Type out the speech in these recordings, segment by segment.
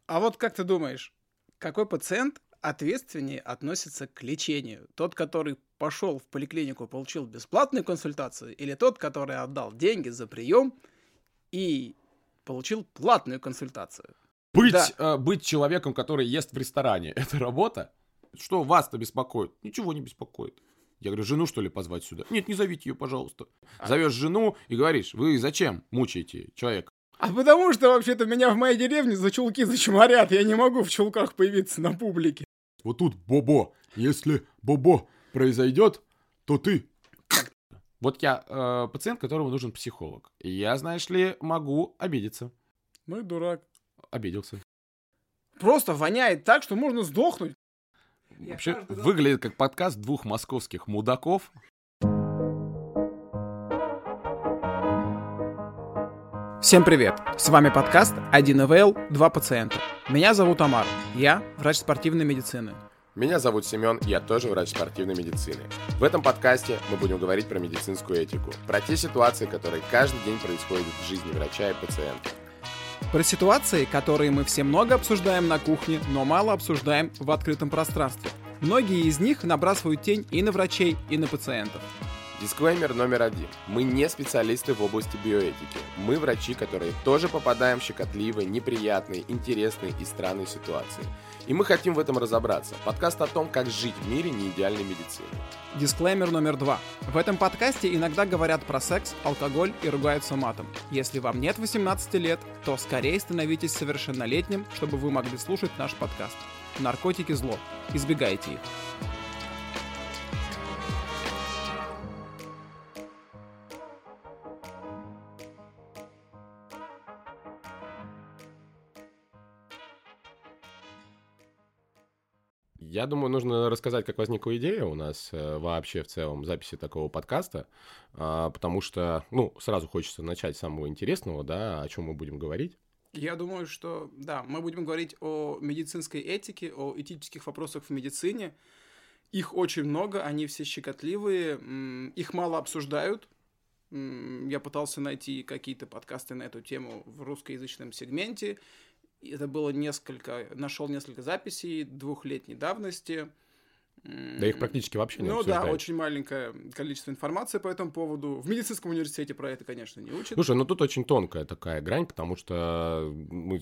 А вот как ты думаешь, какой пациент ответственнее относится к лечению? Тот, который пошел в поликлинику, получил бесплатную консультацию, или тот, который отдал деньги за прием и получил платную консультацию? Да. Быть человеком, который ест в ресторане, это работа? Что вас-то беспокоит? Ничего не беспокоит. Я говорю, жену что ли позвать сюда? Нет, не зовите ее, пожалуйста. Зовешь жену и говоришь, вы зачем мучаете человека? А потому что вообще-то меня в моей деревне за чулки зачморят. Я не могу в чулках появиться на публике. Вот тут Бобо. Если Бобо произойдет, то ты. Вот я пациент, которому нужен психолог. И я, знаешь ли, могу обидеться. Ну и дурак. Обиделся. Просто воняет так, что можно сдохнуть. Вообще выглядит как подкаст двух московских мудаков. Всем привет! С вами подкаст 1 ИВЛ, 2 пациента. Меня зовут Амар, я врач спортивной медицины. Меня зовут Семен, я тоже врач спортивной медицины. В этом подкасте мы будем говорить про медицинскую этику, про те ситуации, которые каждый день происходят в жизни врача и пациента. Про ситуации, которые мы все много обсуждаем на кухне, но мало обсуждаем в открытом пространстве. Многие из них набрасывают тень и на врачей, и на пациентов. Дисклеймер номер 1. Мы не специалисты в области биоэтики. Мы врачи, которые тоже попадаем в щекотливые, неприятные, интересные и странные ситуации. И мы хотим в этом разобраться. Подкаст о том, как жить в мире неидеальной медицины. Дисклеймер номер 2. В этом подкасте иногда говорят про секс, алкоголь и ругаются матом. Если вам нет 18 лет, то скорее становитесь совершеннолетним, чтобы вы могли слушать наш подкаст. Наркотики – зло. Избегайте их. Я думаю, нужно рассказать, как возникла идея у нас вообще в целом записи такого подкаста, потому что, сразу хочется начать с самого интересного, да, о чем мы будем говорить. Я думаю, что, да, мы будем говорить о медицинской этике, о этических вопросах в медицине. Их очень много, они все щекотливые, их мало обсуждают. Я пытался найти какие-то подкасты на эту тему в русскоязычном сегменте. Это было нашел несколько записей 2-летней давности. Да их практически вообще не обсуждают. Ну да, очень маленькое количество информации по этому поводу. В медицинском университете про это, конечно, не учат. Слушай, тут очень тонкая такая грань, потому что мы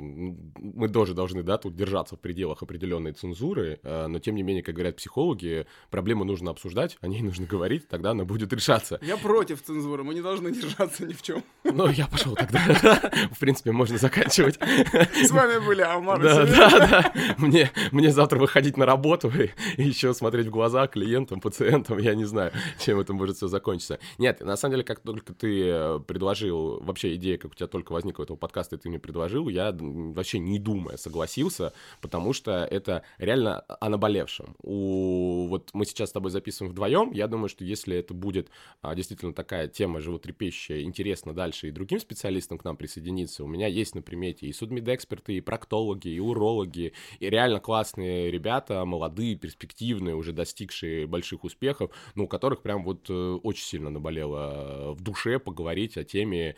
тоже должны, да, тут держаться в пределах определенной цензуры, но тем не менее, как говорят психологи, проблему нужно обсуждать, о ней нужно говорить, тогда она будет решаться. Я против цензуры, мы не должны держаться ни в чем. Ну, я пошел тогда. В принципе, можно заканчивать. С вами были Амар и Семен. Да. Мне завтра выходить на работу и еще смотреть в глаза клиентам, пациентам, я не знаю, чем это может все закончиться. Нет, на самом деле, как только ты предложил, вообще идея, как у тебя только возникла этого подкаста, и ты мне предложил, я вообще не думая согласился, потому что это реально о наболевшем. Вот мы сейчас с тобой записываем вдвоем, я думаю, что если это будет действительно такая тема животрепещущая, интересно дальше и другим специалистам к нам присоединиться, у меня есть на примете и судмедэксперты, и проктологи, и урологи, и реально классные ребята, молодые, перспективные, уже достигшие больших успехов, у которых прям вот очень сильно наболело в душе поговорить о теме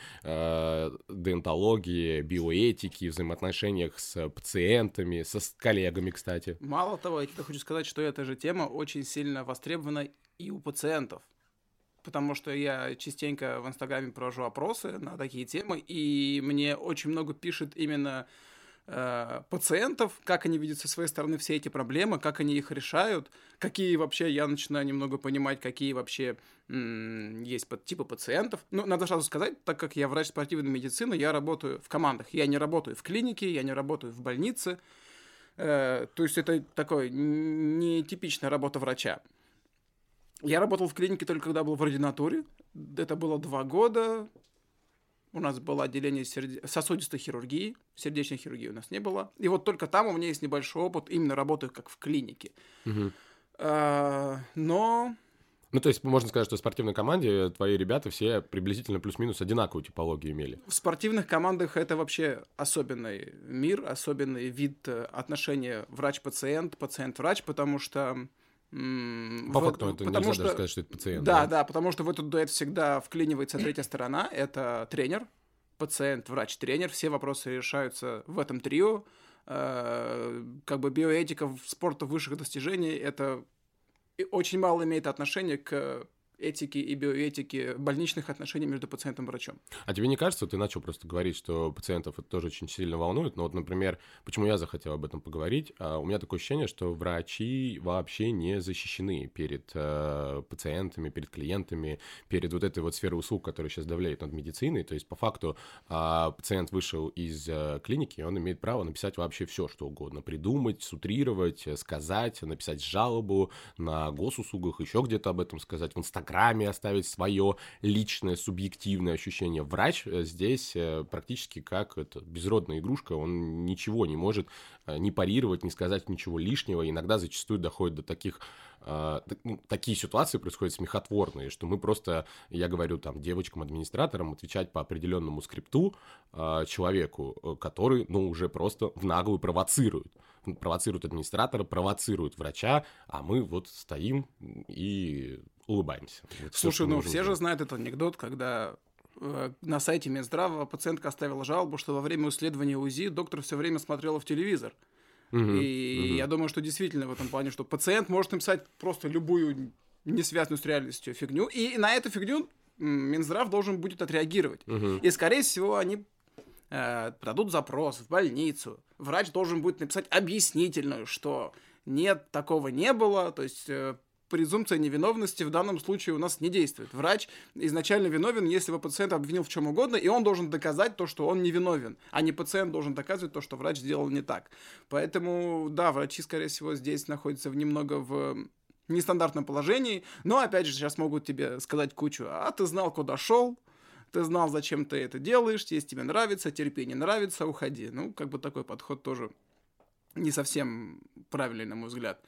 деонтологии, биоэтики, взаимоотношениях с пациентами, с коллегами, кстати. Мало того, я тебе хочу сказать, что эта же тема очень сильно востребована и у пациентов. Потому что я частенько в Инстаграме провожу опросы на такие темы, и мне очень много пишет именно пациентов, как они видят со своей стороны все эти проблемы, как они их решают, какие вообще, я начинаю немного понимать, какие вообще есть типы пациентов. Надо сразу сказать, так как я врач спортивной медицины, я работаю в командах, я не работаю в клинике, я не работаю в больнице, то есть это такой нетипичная работа врача. Я работал в клинике только когда был в ординатуре, это было 2 года. У нас было отделение сосудистой хирургии, сердечной хирургии у нас не было. И вот только там у меня есть небольшой опыт именно работы как в клинике. Угу. Но... то есть можно сказать, что в спортивной команде твои ребята все приблизительно плюс-минус одинаковую типологию имели. В спортивных командах это вообще особенный мир, особенный вид отношения врач-пациент, пациент-врач, потому что... По факту это нельзя даже сказать, что это пациент. Да, потому что в этот дуэт всегда вклинивается третья сторона, это тренер, пациент, врач, тренер, все вопросы решаются в этом трио, как бы биоэтика в спорта высших достижений, это очень мало имеет отношения к этики и биоэтики больничных отношений между пациентом и врачом. А тебе не кажется, ты начал просто говорить, что пациентов это тоже очень сильно волнует, но вот, например, почему я захотел об этом поговорить, у меня такое ощущение, что врачи вообще не защищены перед пациентами, перед клиентами, перед вот этой вот сферой услуг, которая сейчас давляет над медициной, то есть по факту пациент вышел из клиники, он имеет право написать вообще все, что угодно, придумать, сутрировать, сказать, написать жалобу на госуслугах, еще где-то об этом сказать, в Инстаграме оставить свое личное, субъективное ощущение. Врач здесь практически как безродная игрушка, он ничего не может ни парировать, ни сказать ничего лишнего. Иногда зачастую доходит до таких... такие ситуации происходят смехотворные, что мы просто, я говорю там девочкам-администраторам, отвечать по определенному скрипту человеку, который, уже просто в наглую провоцирует администратора, провоцирует врача, а мы вот стоим и улыбаемся. Вот слушай, все же знают этот анекдот, когда на сайте Минздрава пациентка оставила жалобу, что во время исследования УЗИ доктор все время смотрела в телевизор. Я думаю, что действительно в этом плане, что пациент может написать просто любую не связанную с реальностью фигню, и на эту фигню Минздрав должен будет отреагировать. И, скорее всего, они подадут запрос в больницу. Врач должен будет написать объяснительную, что нет, такого не было, то есть презумпция невиновности в данном случае у нас не действует. Врач изначально виновен, если его пациент обвинил в чем угодно, и он должен доказать то, что он не виновен, а не пациент должен доказывать то, что врач сделал не так. Поэтому, да, врачи, скорее всего, здесь находятся немного в нестандартном положении, но, опять же, сейчас могут тебе сказать кучу: а ты знал, куда шел, ты знал, зачем ты это делаешь, если тебе нравится, терпение нравится, уходи. Как бы такой подход тоже не совсем правильный, на мой взгляд.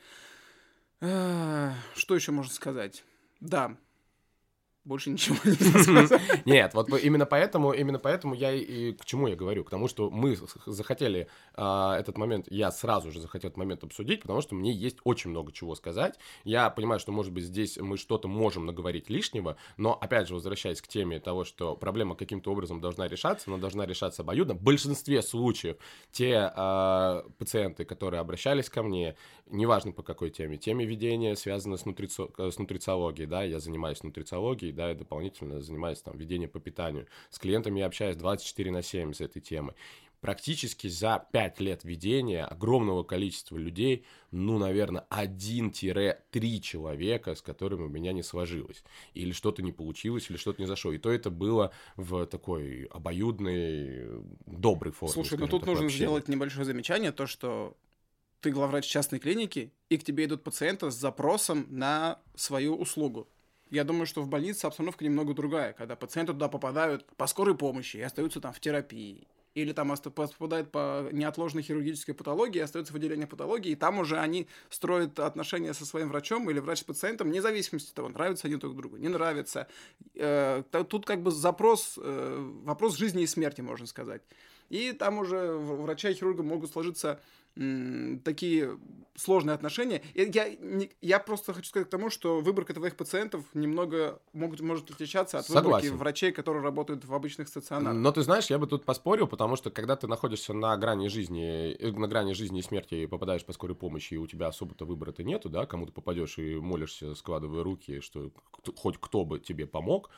Что еще можно сказать? Да. Больше ничего не сказать. Нет, вот именно поэтому я и к чему я говорю? К тому, что мы захотели этот момент, я сразу же захотел этот момент обсудить, потому что мне есть очень много чего сказать. Я понимаю, что, может быть, здесь мы что-то можем наговорить лишнего, но, опять же, возвращаясь к теме того, что проблема каким-то образом должна решаться, но должна решаться обоюдно. В большинстве случаев те пациенты, которые обращались ко мне, неважно по какой теме ведения, связанной с нутрициологией, да, я занимаюсь нутрициологией, да, и дополнительно занимаюсь там ведением по питанию. С клиентами я общаюсь 24/7 с этой темой. Практически за 5 лет ведения огромного количества людей, наверное, 1-3 человека, с которыми у меня не сложилось. Или что-то не получилось, или что-то не зашло. И то это было в такой обоюдной, доброй форме. Слушай, тут нужно сделать небольшое замечание, то, что ты главврач частной клиники, и к тебе идут пациенты с запросом на свою услугу. Я думаю, что в больнице обстановка немного другая, когда пациенты туда попадают по скорой помощи и остаются там в терапии. Или там попадают по неотложной хирургической патологии, остаются в отделении патологии, и там уже они строят отношения со своим врачом или врач с пациентом, вне зависимости от того, нравятся они друг другу, не нравятся. Тут как бы вопрос жизни и смерти, можно сказать. И там уже у врача и хирурга могут сложиться такие сложные отношения. Я просто хочу сказать к тому, что выборка твоих пациентов немного может отличаться от выборки врачей, которые работают в обычных стационарах. Но ты знаешь, я бы тут поспорил, потому что когда ты находишься на грани жизни и смерти и попадаешь по скорой помощи, и у тебя особо-то выбора-то нету, да, кому ты попадешь и молишься, складывая руки, что хоть кто бы тебе помог,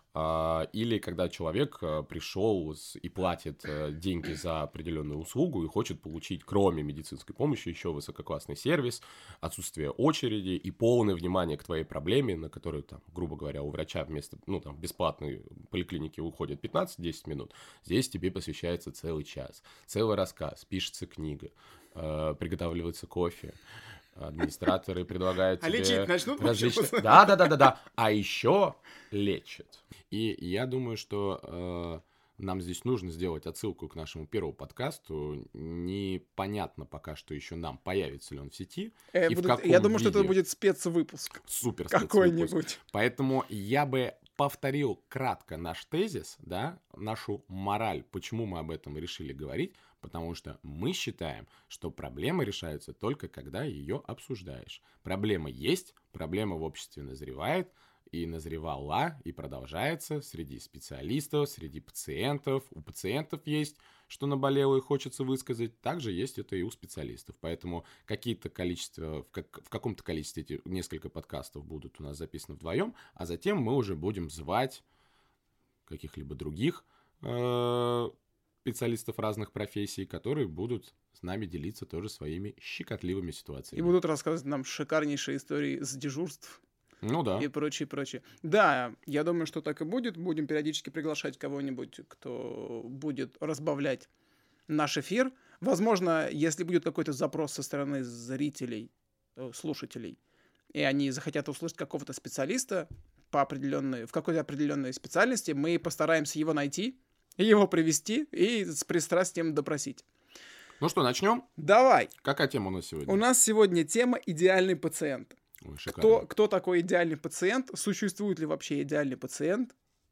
или когда человек пришел и платит деньги за определенную услугу и хочет получить, кроме медицинской помощи, еще высококлассный сервис, отсутствие очереди и полное внимание к твоей проблеме, на которую, там, грубо говоря, у врача вместо бесплатной поликлиники уходит 15-10 минут, здесь тебе посвящается целый час, целый рассказ, пишется книга, приготавливается кофе. Администраторы предлагают тебе... лечить начнут? Да. А еще лечат. И я думаю, что нам здесь нужно сделать отсылку к нашему первому подкасту. Непонятно пока что еще нам, появится ли он в сети. Я думаю, что это будет спецвыпуск. Супер какой-нибудь. Поэтому я бы повторил кратко наш тезис, да, нашу мораль, почему мы об этом решили говорить. Потому что мы считаем, что проблема решается только когда ее обсуждаешь. Проблема есть, проблема в обществе назревает, и назревала, и продолжается среди специалистов, среди пациентов. У пациентов есть, что наболело и хочется высказать, также есть это и у специалистов. Поэтому какие-то количество, в каком-то количестве эти несколько подкастов будут у нас записаны вдвоем, а затем мы уже будем звать каких-либо других специалистов разных профессий, которые будут с нами делиться тоже своими щекотливыми ситуациями. И будут рассказывать нам шикарнейшие истории с дежурств. Ну да. И прочее, прочее. Да, я думаю, что так и будет. Будем периодически приглашать кого-нибудь, кто будет разбавлять наш эфир. Возможно, если будет какой-то запрос со стороны зрителей, слушателей, и они захотят услышать какого-то специалиста в какой-то определенной специальности, мы постараемся его найти, его привести и с пристрастием допросить. Ну что, начнем? Давай. Какая тема у нас сегодня? У нас сегодня тема «Идеальный пациент». Ой, шикарно. Кто такой идеальный пациент? Существует ли вообще идеальный пациент?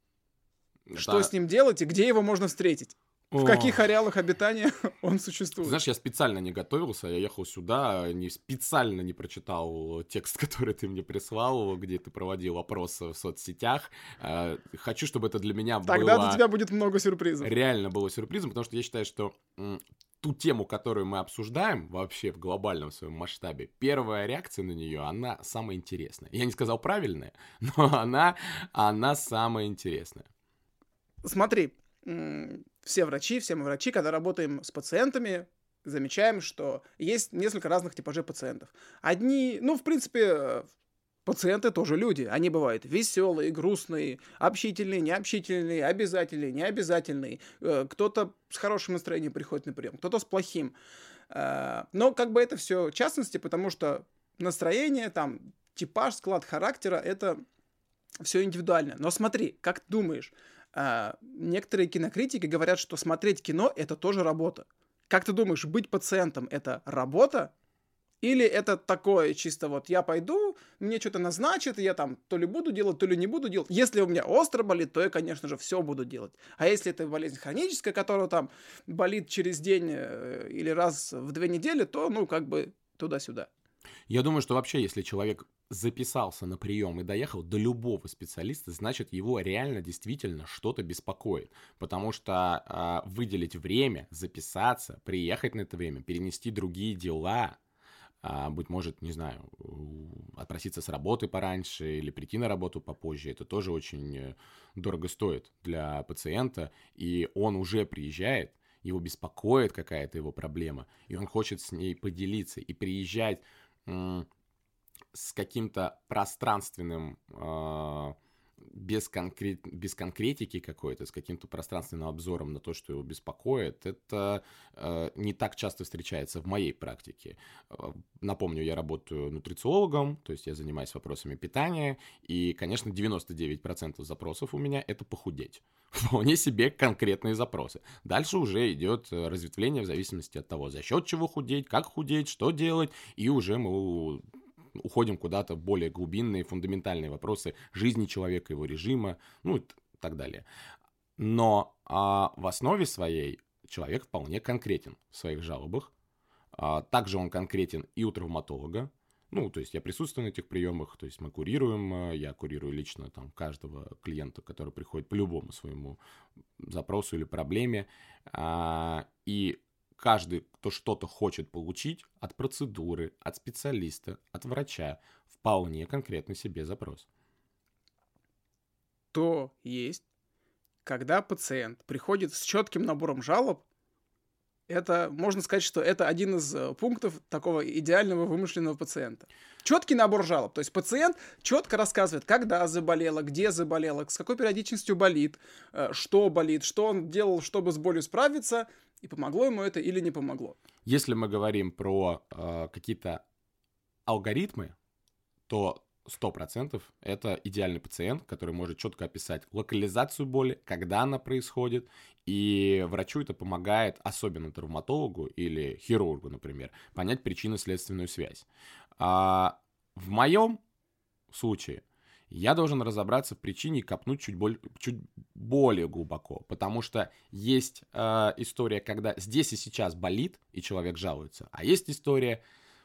Что с ним делать и где его можно встретить? В каких ареалах обитания он существует? Знаешь, я специально не готовился, я ехал сюда, специально не прочитал текст, который ты мне прислал, где ты проводил опрос в соцсетях. Хочу, чтобы это для меня было... Тогда для тебя будет много сюрпризов. Реально было сюрпризом, потому что я считаю, что ту тему, которую мы обсуждаем вообще в глобальном своем масштабе, первая реакция на нее, она самая интересная. Я не сказал правильная, но она самая интересная. Смотри, все мы врачи, когда работаем с пациентами, замечаем, что есть несколько разных типажей пациентов. Одни, в принципе, пациенты тоже люди. Они бывают веселые, грустные, общительные, необщительные, обязательные, необязательные. Кто-то с хорошим настроением приходит на прием, кто-то с плохим. Но это все частности, потому что настроение, типаж, склад характера — это все индивидуально. Но смотри, как ты думаешь, некоторые кинокритики говорят, что смотреть кино — это тоже работа. Как ты думаешь, быть пациентом — это работа? Или это такое чисто я пойду, мне что-то назначат, я то ли буду делать, то ли не буду делать. Если у меня остро болит, то я, конечно же, все буду делать. А если это болезнь хроническая, которая болит через день или раз в 2 недели, то, туда-сюда. Я думаю, что вообще, если человек записался на прием и доехал до любого специалиста, значит, его реально действительно что-то беспокоит. Потому что выделить время, записаться, приехать на это время, перенести другие дела, быть может, не знаю, отпроситься с работы пораньше или прийти на работу попозже, это тоже очень дорого стоит для пациента, и он уже приезжает, его беспокоит какая-то его проблема, и он хочет с ней поделиться, и приезжать с каким-то пространственным, без конкретики какой-то, с каким-то пространственным обзором на то, что его беспокоит, это не так часто встречается в моей практике. Напомню, я работаю нутрициологом, то есть я занимаюсь вопросами питания, и, конечно, 99% запросов у меня — это похудеть. Вполне себе конкретные запросы. Дальше уже идет разветвление в зависимости от того, за счет чего худеть, как худеть, что делать, и уже мы уходим куда-то в более глубинные, фундаментальные вопросы жизни человека, его режима, и так далее. Но в основе своей человек вполне конкретен в своих жалобах. Также он конкретен и у травматолога. То есть я присутствую на этих приемах, то есть мы курируем, я курирую лично каждого клиента, который приходит по любому своему запросу или проблеме. И каждый, кто что-то хочет получить от процедуры, от специалиста, от врача, вполне конкретно себе запрос. То есть, когда пациент приходит с четким набором жалоб, это, можно сказать, что это один из пунктов такого идеального вымышленного пациента. Четкий набор жалоб. То есть пациент четко рассказывает, когда заболело, где заболело, с какой периодичностью болит, что он делал, чтобы с болью справиться, и помогло ему это или не помогло. Если мы говорим про какие-то алгоритмы, то 100% это идеальный пациент, который может четко описать локализацию боли, когда она происходит, и врачу это помогает, особенно травматологу или хирургу, например, понять причинно-следственную связь. В моем случае я должен разобраться в причине и копнуть чуть более глубоко, потому что есть история, когда здесь и сейчас болит, и человек жалуется, а есть история,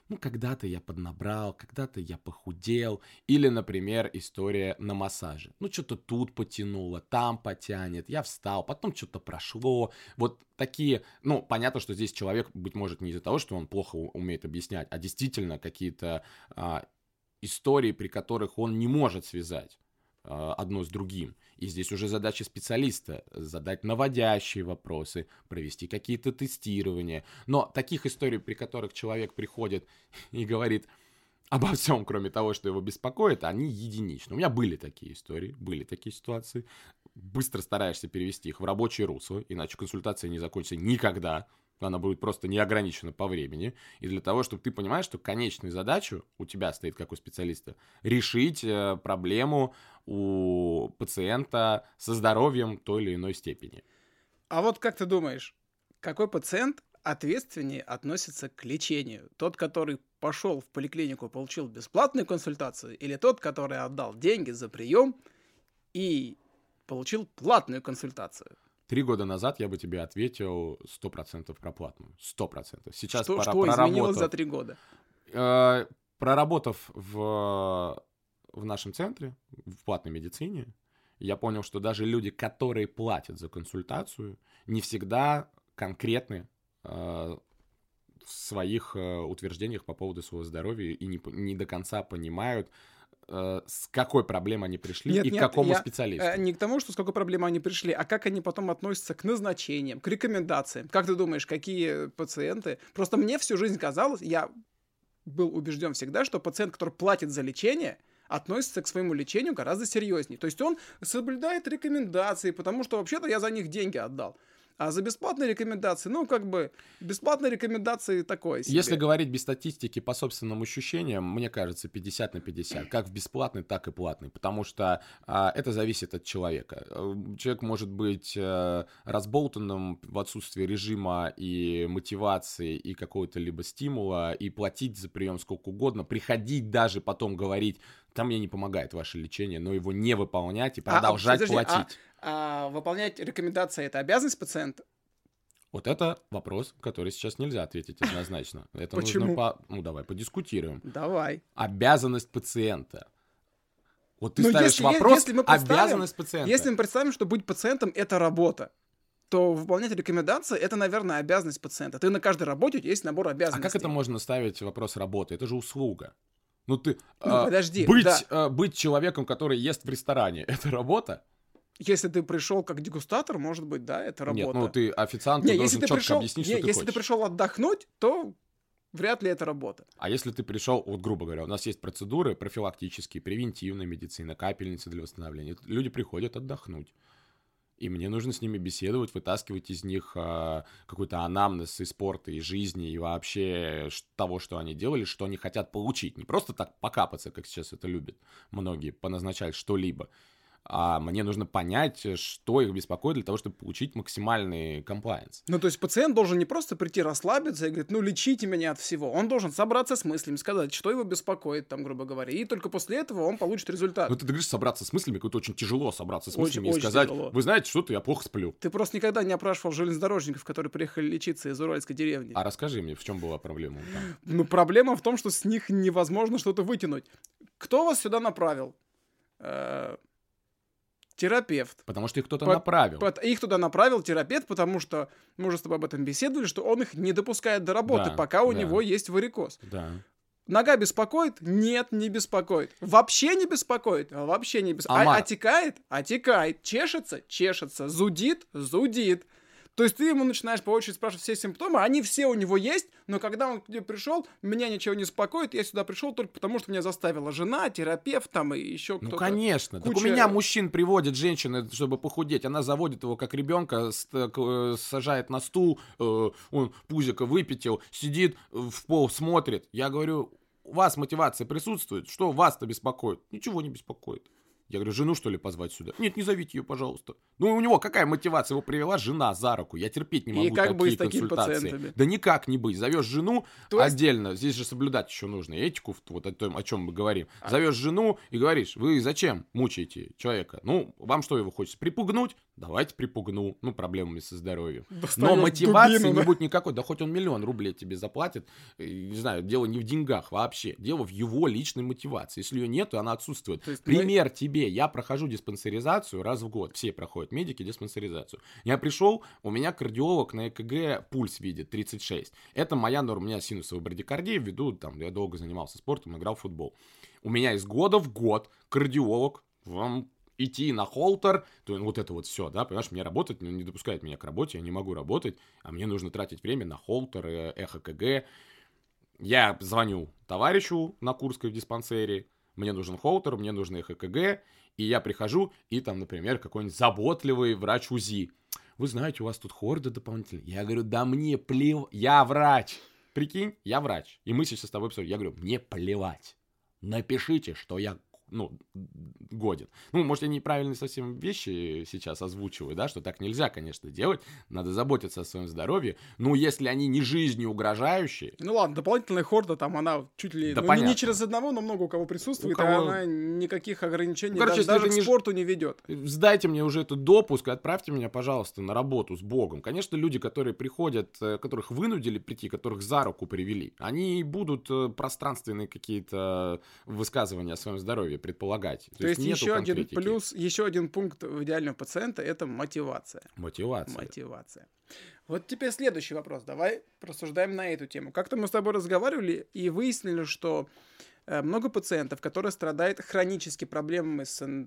ну, когда-то я поднабрал, когда-то я похудел. Или, например, история на массаже. Ну, что-то тут потянуло, там потянет, я встал, потом что-то прошло. Вот такие, ну, понятно, что здесь человек, быть может, не из-за того, что он плохо умеет объяснять, а действительно какие-то истории, при которых он не может связать одно с другим. И здесь уже задача специалиста задать наводящие вопросы, провести какие-то тестирования. Но таких историй, при которых человек приходит и говорит обо всем, кроме того, что его беспокоит, они единичны. У меня были такие истории, были такие ситуации. Быстро стараешься перевести их в рабочее русло, иначе консультация не закончится никогда. Она будет просто не ограничена по времени. И для того, чтобы ты понимаешь, что конечную задачу у тебя стоит, как у специалиста, решить проблему у пациента со здоровьем той или иной степени. А вот как ты думаешь, какой пациент ответственнее относится к лечению? Тот, который пошел в поликлинику и получил бесплатную консультацию, или тот, который отдал деньги за прием и получил платную консультацию? 3 года назад я бы тебе ответил 100% про платную. 100%. Сейчас что изменилось за 3 года? Проработав в нашем центре, в платной медицине, я понял, что даже люди, которые платят за консультацию, не всегда конкретны в своих утверждениях по поводу своего здоровья и не до конца понимают, с какой проблемой они пришли и к какому специалисту. Не к тому, что с какой проблемой они пришли, а как они потом относятся к назначениям, к рекомендациям. Как ты думаешь, какие пациенты... Просто мне всю жизнь казалось, я был убежден всегда, что пациент, который платит за лечение, относится к своему лечению гораздо серьезнее. То есть он соблюдает рекомендации, потому что вообще-то я за них деньги отдал. А за бесплатные рекомендации, ну, как бы, бесплатные рекомендации такое себе. Если говорить без статистики по собственным ощущениям, мне кажется, 50 на 50. Как в бесплатный, так и платный. Потому что это зависит от человека. Человек может быть разболтанным в отсутствии режима и мотивации, и какого-то либо стимула, и платить за прием сколько угодно, приходить даже потом говорить, там мне не помогает ваше лечение, но его не выполнять и продолжать платить. Выполнять рекомендации — это обязанность пациента? Вот это вопрос, который сейчас нельзя ответить однозначно. Это Почему? Нужно ну, давай подискутируем. Давай. Обязанность пациента. Вот ты ставишь вопрос, обязанность пациента. Если мы представим, что быть пациентом — это работа, то выполнять рекомендации — это, наверное, обязанность пациента. Ты на каждой работе, у тебя есть набор обязанностей. А как это можно ставить вопрос работы? Это же услуга. Ну ты... подожди. Быть человеком, который ест в ресторане, это работа? Если ты пришел как дегустатор, может быть, да, это работа. Нет, ну ты официант, ты должен четко объяснить, что ты хочешь. Если ты пришел отдохнуть, то вряд ли это работа. А если ты пришел, вот грубо говоря, у нас есть процедуры профилактические, превентивная медицина, капельницы для восстановления. Люди приходят отдохнуть. И мне нужно с ними беседовать, вытаскивать из них какой-то анамнез из спорта, и жизни, и вообще того, что они делали, что они хотят получить. Не просто так покапаться, как сейчас это любят многие, поназначать что-либо. А мне нужно понять, что их беспокоит для того, чтобы получить максимальный комплаенс. Ну, то есть пациент должен не просто прийти расслабиться и говорить, ну, лечите меня от всего. Он должен собраться с мыслями, сказать, что его беспокоит, там, грубо говоря. И только после этого он получит результат. Ну, ты говоришь, собраться с мыслями, какое-то очень тяжело собраться с мыслями и сказать, тяжело. Вы знаете, что-то я плохо сплю. Ты просто никогда не опрашивал железнодорожников, которые приехали лечиться из уральской деревни. А расскажи мне, в чем была проблема? Ну, проблема в том, что с них невозможно что-то вытянуть. Кто вас сюда направил? Терапевт. Потому что их кто-то направил. Их туда направил терапевт, потому что мы уже с тобой об этом беседовали, что он их не допускает до работы, пока у него есть варикоз. Да. Нога беспокоит? Нет, не беспокоит. Вообще не беспокоит? Вообще не беспокоит. Отекает? Отекает. Чешется? Чешется. Зудит? Зудит. То есть ты ему начинаешь по очереди спрашивать все симптомы, они все у него есть, но когда он к тебе пришел, меня ничего не беспокоит, я сюда пришел только потому, что меня заставила жена, терапевт там и еще кто-то. Ну, конечно. Так у меня мужчин приводит женщина, чтобы похудеть, она заводит его как ребенка, сажает на стул, он пузико выпятил, сидит в пол, смотрит. Я говорю, у вас мотивация присутствует? Что вас-то беспокоит? Ничего не беспокоит. Я говорю, жену, что ли, позвать сюда? Нет, не зовите ее, пожалуйста. Ну, у него какая мотивация? Его привела жена за руку. Я терпеть не могу и как такие быть с такими консультации. Пациентами? Да никак не быть. Зовешь жену отдельно. Здесь же соблюдать еще нужно этику, вот о чем мы говорим. Зовешь жену и говоришь, вы зачем мучаете человека? Ну, вам что его хочется? Припугнуть? давайте припугну, проблемами со здоровьем. Достаёшь Но мотивации дубину, не да? будет никакой, да хоть он 1 000 000 рублей тебе заплатит, не знаю, дело не в деньгах вообще, дело в его личной мотивации. Если ее нет, то она отсутствует. То есть Пример тебе, я прохожу диспансеризацию раз в год, все проходят, медики, диспансеризацию. Я пришел, у меня кардиолог на ЭКГ пульс видит 36. Это моя норма, у меня синусовая брадикардия, ввиду, я долго занимался спортом, играл в футбол. У меня из года в год кардиолог, вам идти на холтер, то вот это вот все, да, понимаешь, мне работать не допускает меня к работе, я не могу работать, а мне нужно тратить время на холтер, эхо КГ. Я звоню товарищу на Курской в диспансере, мне нужен холтер, мне нужно эхо КГ, и я прихожу, и там, например, какой-нибудь заботливый врач УЗИ. Вы знаете, у вас тут хорды дополнительные. Я говорю, да мне плевать, я врач. Прикинь, я врач, и мы сейчас с тобой обсудим. Я говорю, мне плевать. Напишите, что я, годен. Может, я неправильные совсем вещи сейчас озвучиваю, да, что так нельзя, конечно, делать. Надо заботиться о своем здоровье. Если они не жизнью угрожающие. Ладно, дополнительная хорда, там она чуть ли... Да, не через одного, но много у кого присутствует, и она никаких ограничений даже к спорту не ведет. Сдайте мне уже этот допуск и отправьте меня, пожалуйста, на работу с Богом. Конечно, люди, которые приходят, которых вынудили прийти, которых за руку привели, они будут пространственные какие-то высказывания о своем здоровье предполагать. То есть еще один плюс, еще один пункт в идеального пациента — это мотивация. Мотивация. Вот теперь следующий вопрос. Давай просуждаем на эту тему. Как-то мы с тобой разговаривали и выяснили, что много пациентов, которые страдают хронически проблемами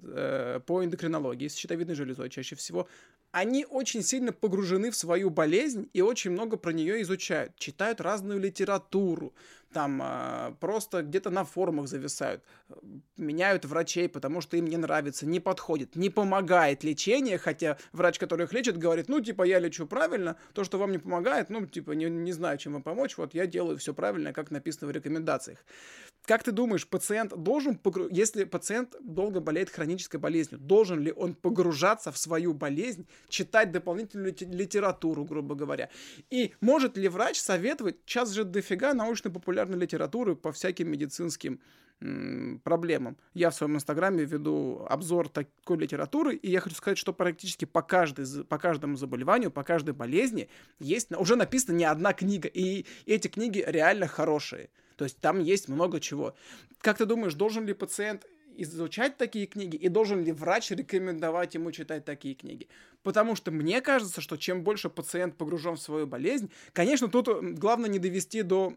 по эндокринологии, с щитовидной железой чаще всего, они очень сильно погружены в свою болезнь и очень много про нее изучают, читают разную литературу, там просто где-то на форумах зависают, меняют врачей, потому что им не нравится, не подходит, не помогает лечение, хотя врач, который их лечит, говорит, я лечу правильно, то, что вам не помогает, не знаю, чем вам помочь, вот я делаю все правильно, как написано в рекомендациях. Как ты думаешь, пациент должен, если пациент долго болеет хронической болезнью, должен ли он погружаться в свою болезнь, читать дополнительную литературу, грубо говоря? И может ли врач советовать, сейчас же дофига научно-популярной литературы по всяким медицинским проблемам. Я в своем инстаграме веду обзор такой литературы, и я хочу сказать, что практически по каждому заболеванию, по каждой болезни уже написана не одна книга, и эти книги реально хорошие. То есть там есть много чего. Как ты думаешь, должен ли пациент изучать такие книги, и должен ли врач рекомендовать ему читать такие книги? Потому что мне кажется, что чем больше пациент погружен в свою болезнь, конечно, тут главное не довести до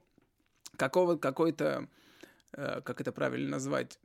какой-то, как это правильно назвать,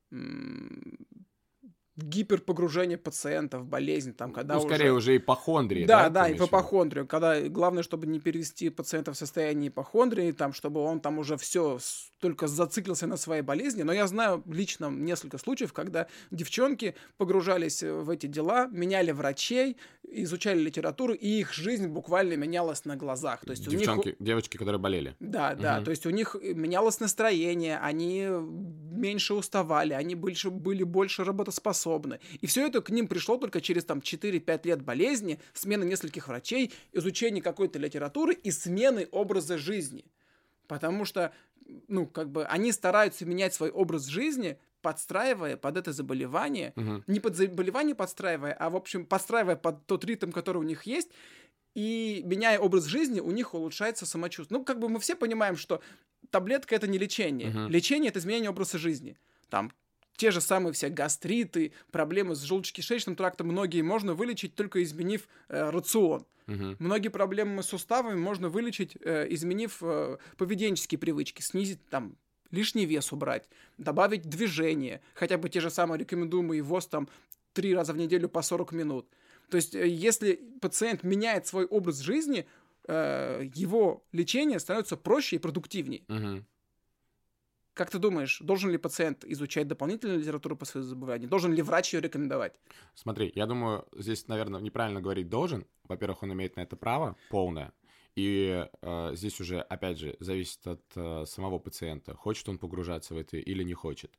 гиперпогружение пациента в болезнь, когда скорее уже ипохондрии. Да, ипохондрию, когда главное, чтобы не перевести пациента в состояние ипохондрии, чтобы он там уже все только зациклился на своей болезни. Но я знаю лично несколько случаев, когда девчонки погружались в эти дела, меняли врачей, изучали литературу, и их жизнь буквально менялась на глазах. То есть девочки, которые болели. Да, то есть у них менялось настроение, они меньше уставали, они были больше работоспособны. И все это к ним пришло только через 4-5 лет болезни, смены нескольких врачей, изучения какой-то литературы и смены образа жизни. Потому что, они стараются менять свой образ жизни, подстраивая под это заболевание, не под заболевание подстраивая, а, в общем, подстраивая под тот ритм, который у них есть, и меняя образ жизни, у них улучшается самочувствие. Мы все понимаем, что таблетка — это не лечение. Лечение — это изменение образа жизни. Те же самые все гастриты, проблемы с желудочно-кишечным трактом, многие можно вылечить, только изменив рацион. Многие проблемы с суставами можно вылечить, изменив поведенческие привычки, снизить лишний вес убрать, добавить движение, хотя бы те же самые рекомендуемые ВОЗ 3 раза в неделю по 40 минут. То есть, если пациент меняет свой образ жизни, его лечение становится проще и продуктивнее. Как ты думаешь, должен ли пациент изучать дополнительную литературу по своему заболеванию? Должен ли врач ее рекомендовать? Смотри, я думаю, здесь, наверное, неправильно говорить «должен». Во-первых, он имеет на это право полное. И здесь уже, опять же, зависит от самого пациента, хочет он погружаться в это или не хочет.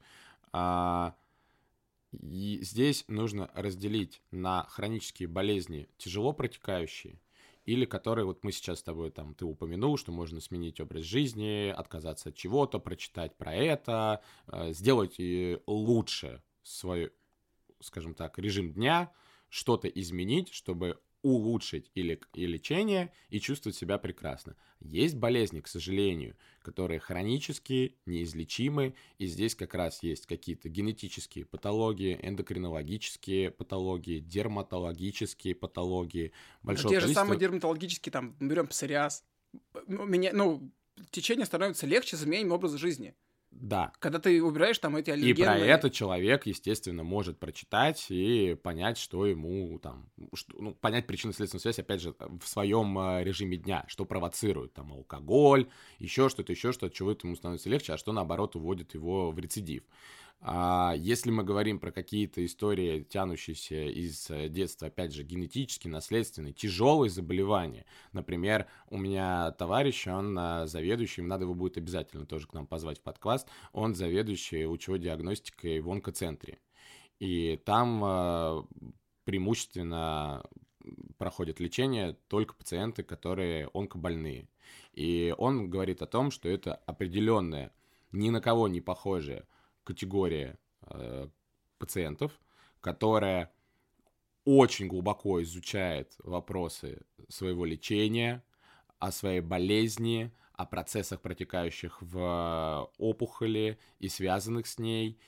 И здесь нужно разделить на хронические болезни, тяжело протекающие, или которые, вот мы сейчас с тобой, ты упомянул, что можно сменить образ жизни, отказаться от чего-то, прочитать про это, сделать лучше свой, скажем так, режим дня, что-то изменить, чтобы улучшить или лечение и чувствовать себя прекрасно. Есть болезни, к сожалению, которые хронические, неизлечимы, и здесь как раз есть какие-то генетические патологии, эндокринологические патологии, дерматологические патологии. Те же самые дерматологические, там, берем псориаз. Течение становится легче с изменением образа жизни. Да. Когда ты убираешь там эти аллергены. И про это человек, естественно, может прочитать и понять, что ему там... понять причинно-следственную связь, опять же, в своем режиме дня, что провоцирует там алкоголь, еще что-то, от чего ему становится легче, а что, наоборот, уводит его в рецидив. Если мы говорим про какие-то истории, тянущиеся из детства, опять же, генетически, наследственные, тяжелые заболевания. Например, у меня товарищ, он заведующий, надо его будет обязательно тоже к нам позвать в подкаст, он заведующий лучевой диагностикой в онкоцентре. И там преимущественно проходят лечение только пациенты, которые онкобольные. И он говорит о том, что это определенная, ни на кого не похожая категория пациентов, которая очень глубоко изучает вопросы своего лечения, о своей болезни, о процессах, протекающих в опухоли и связанных с ней,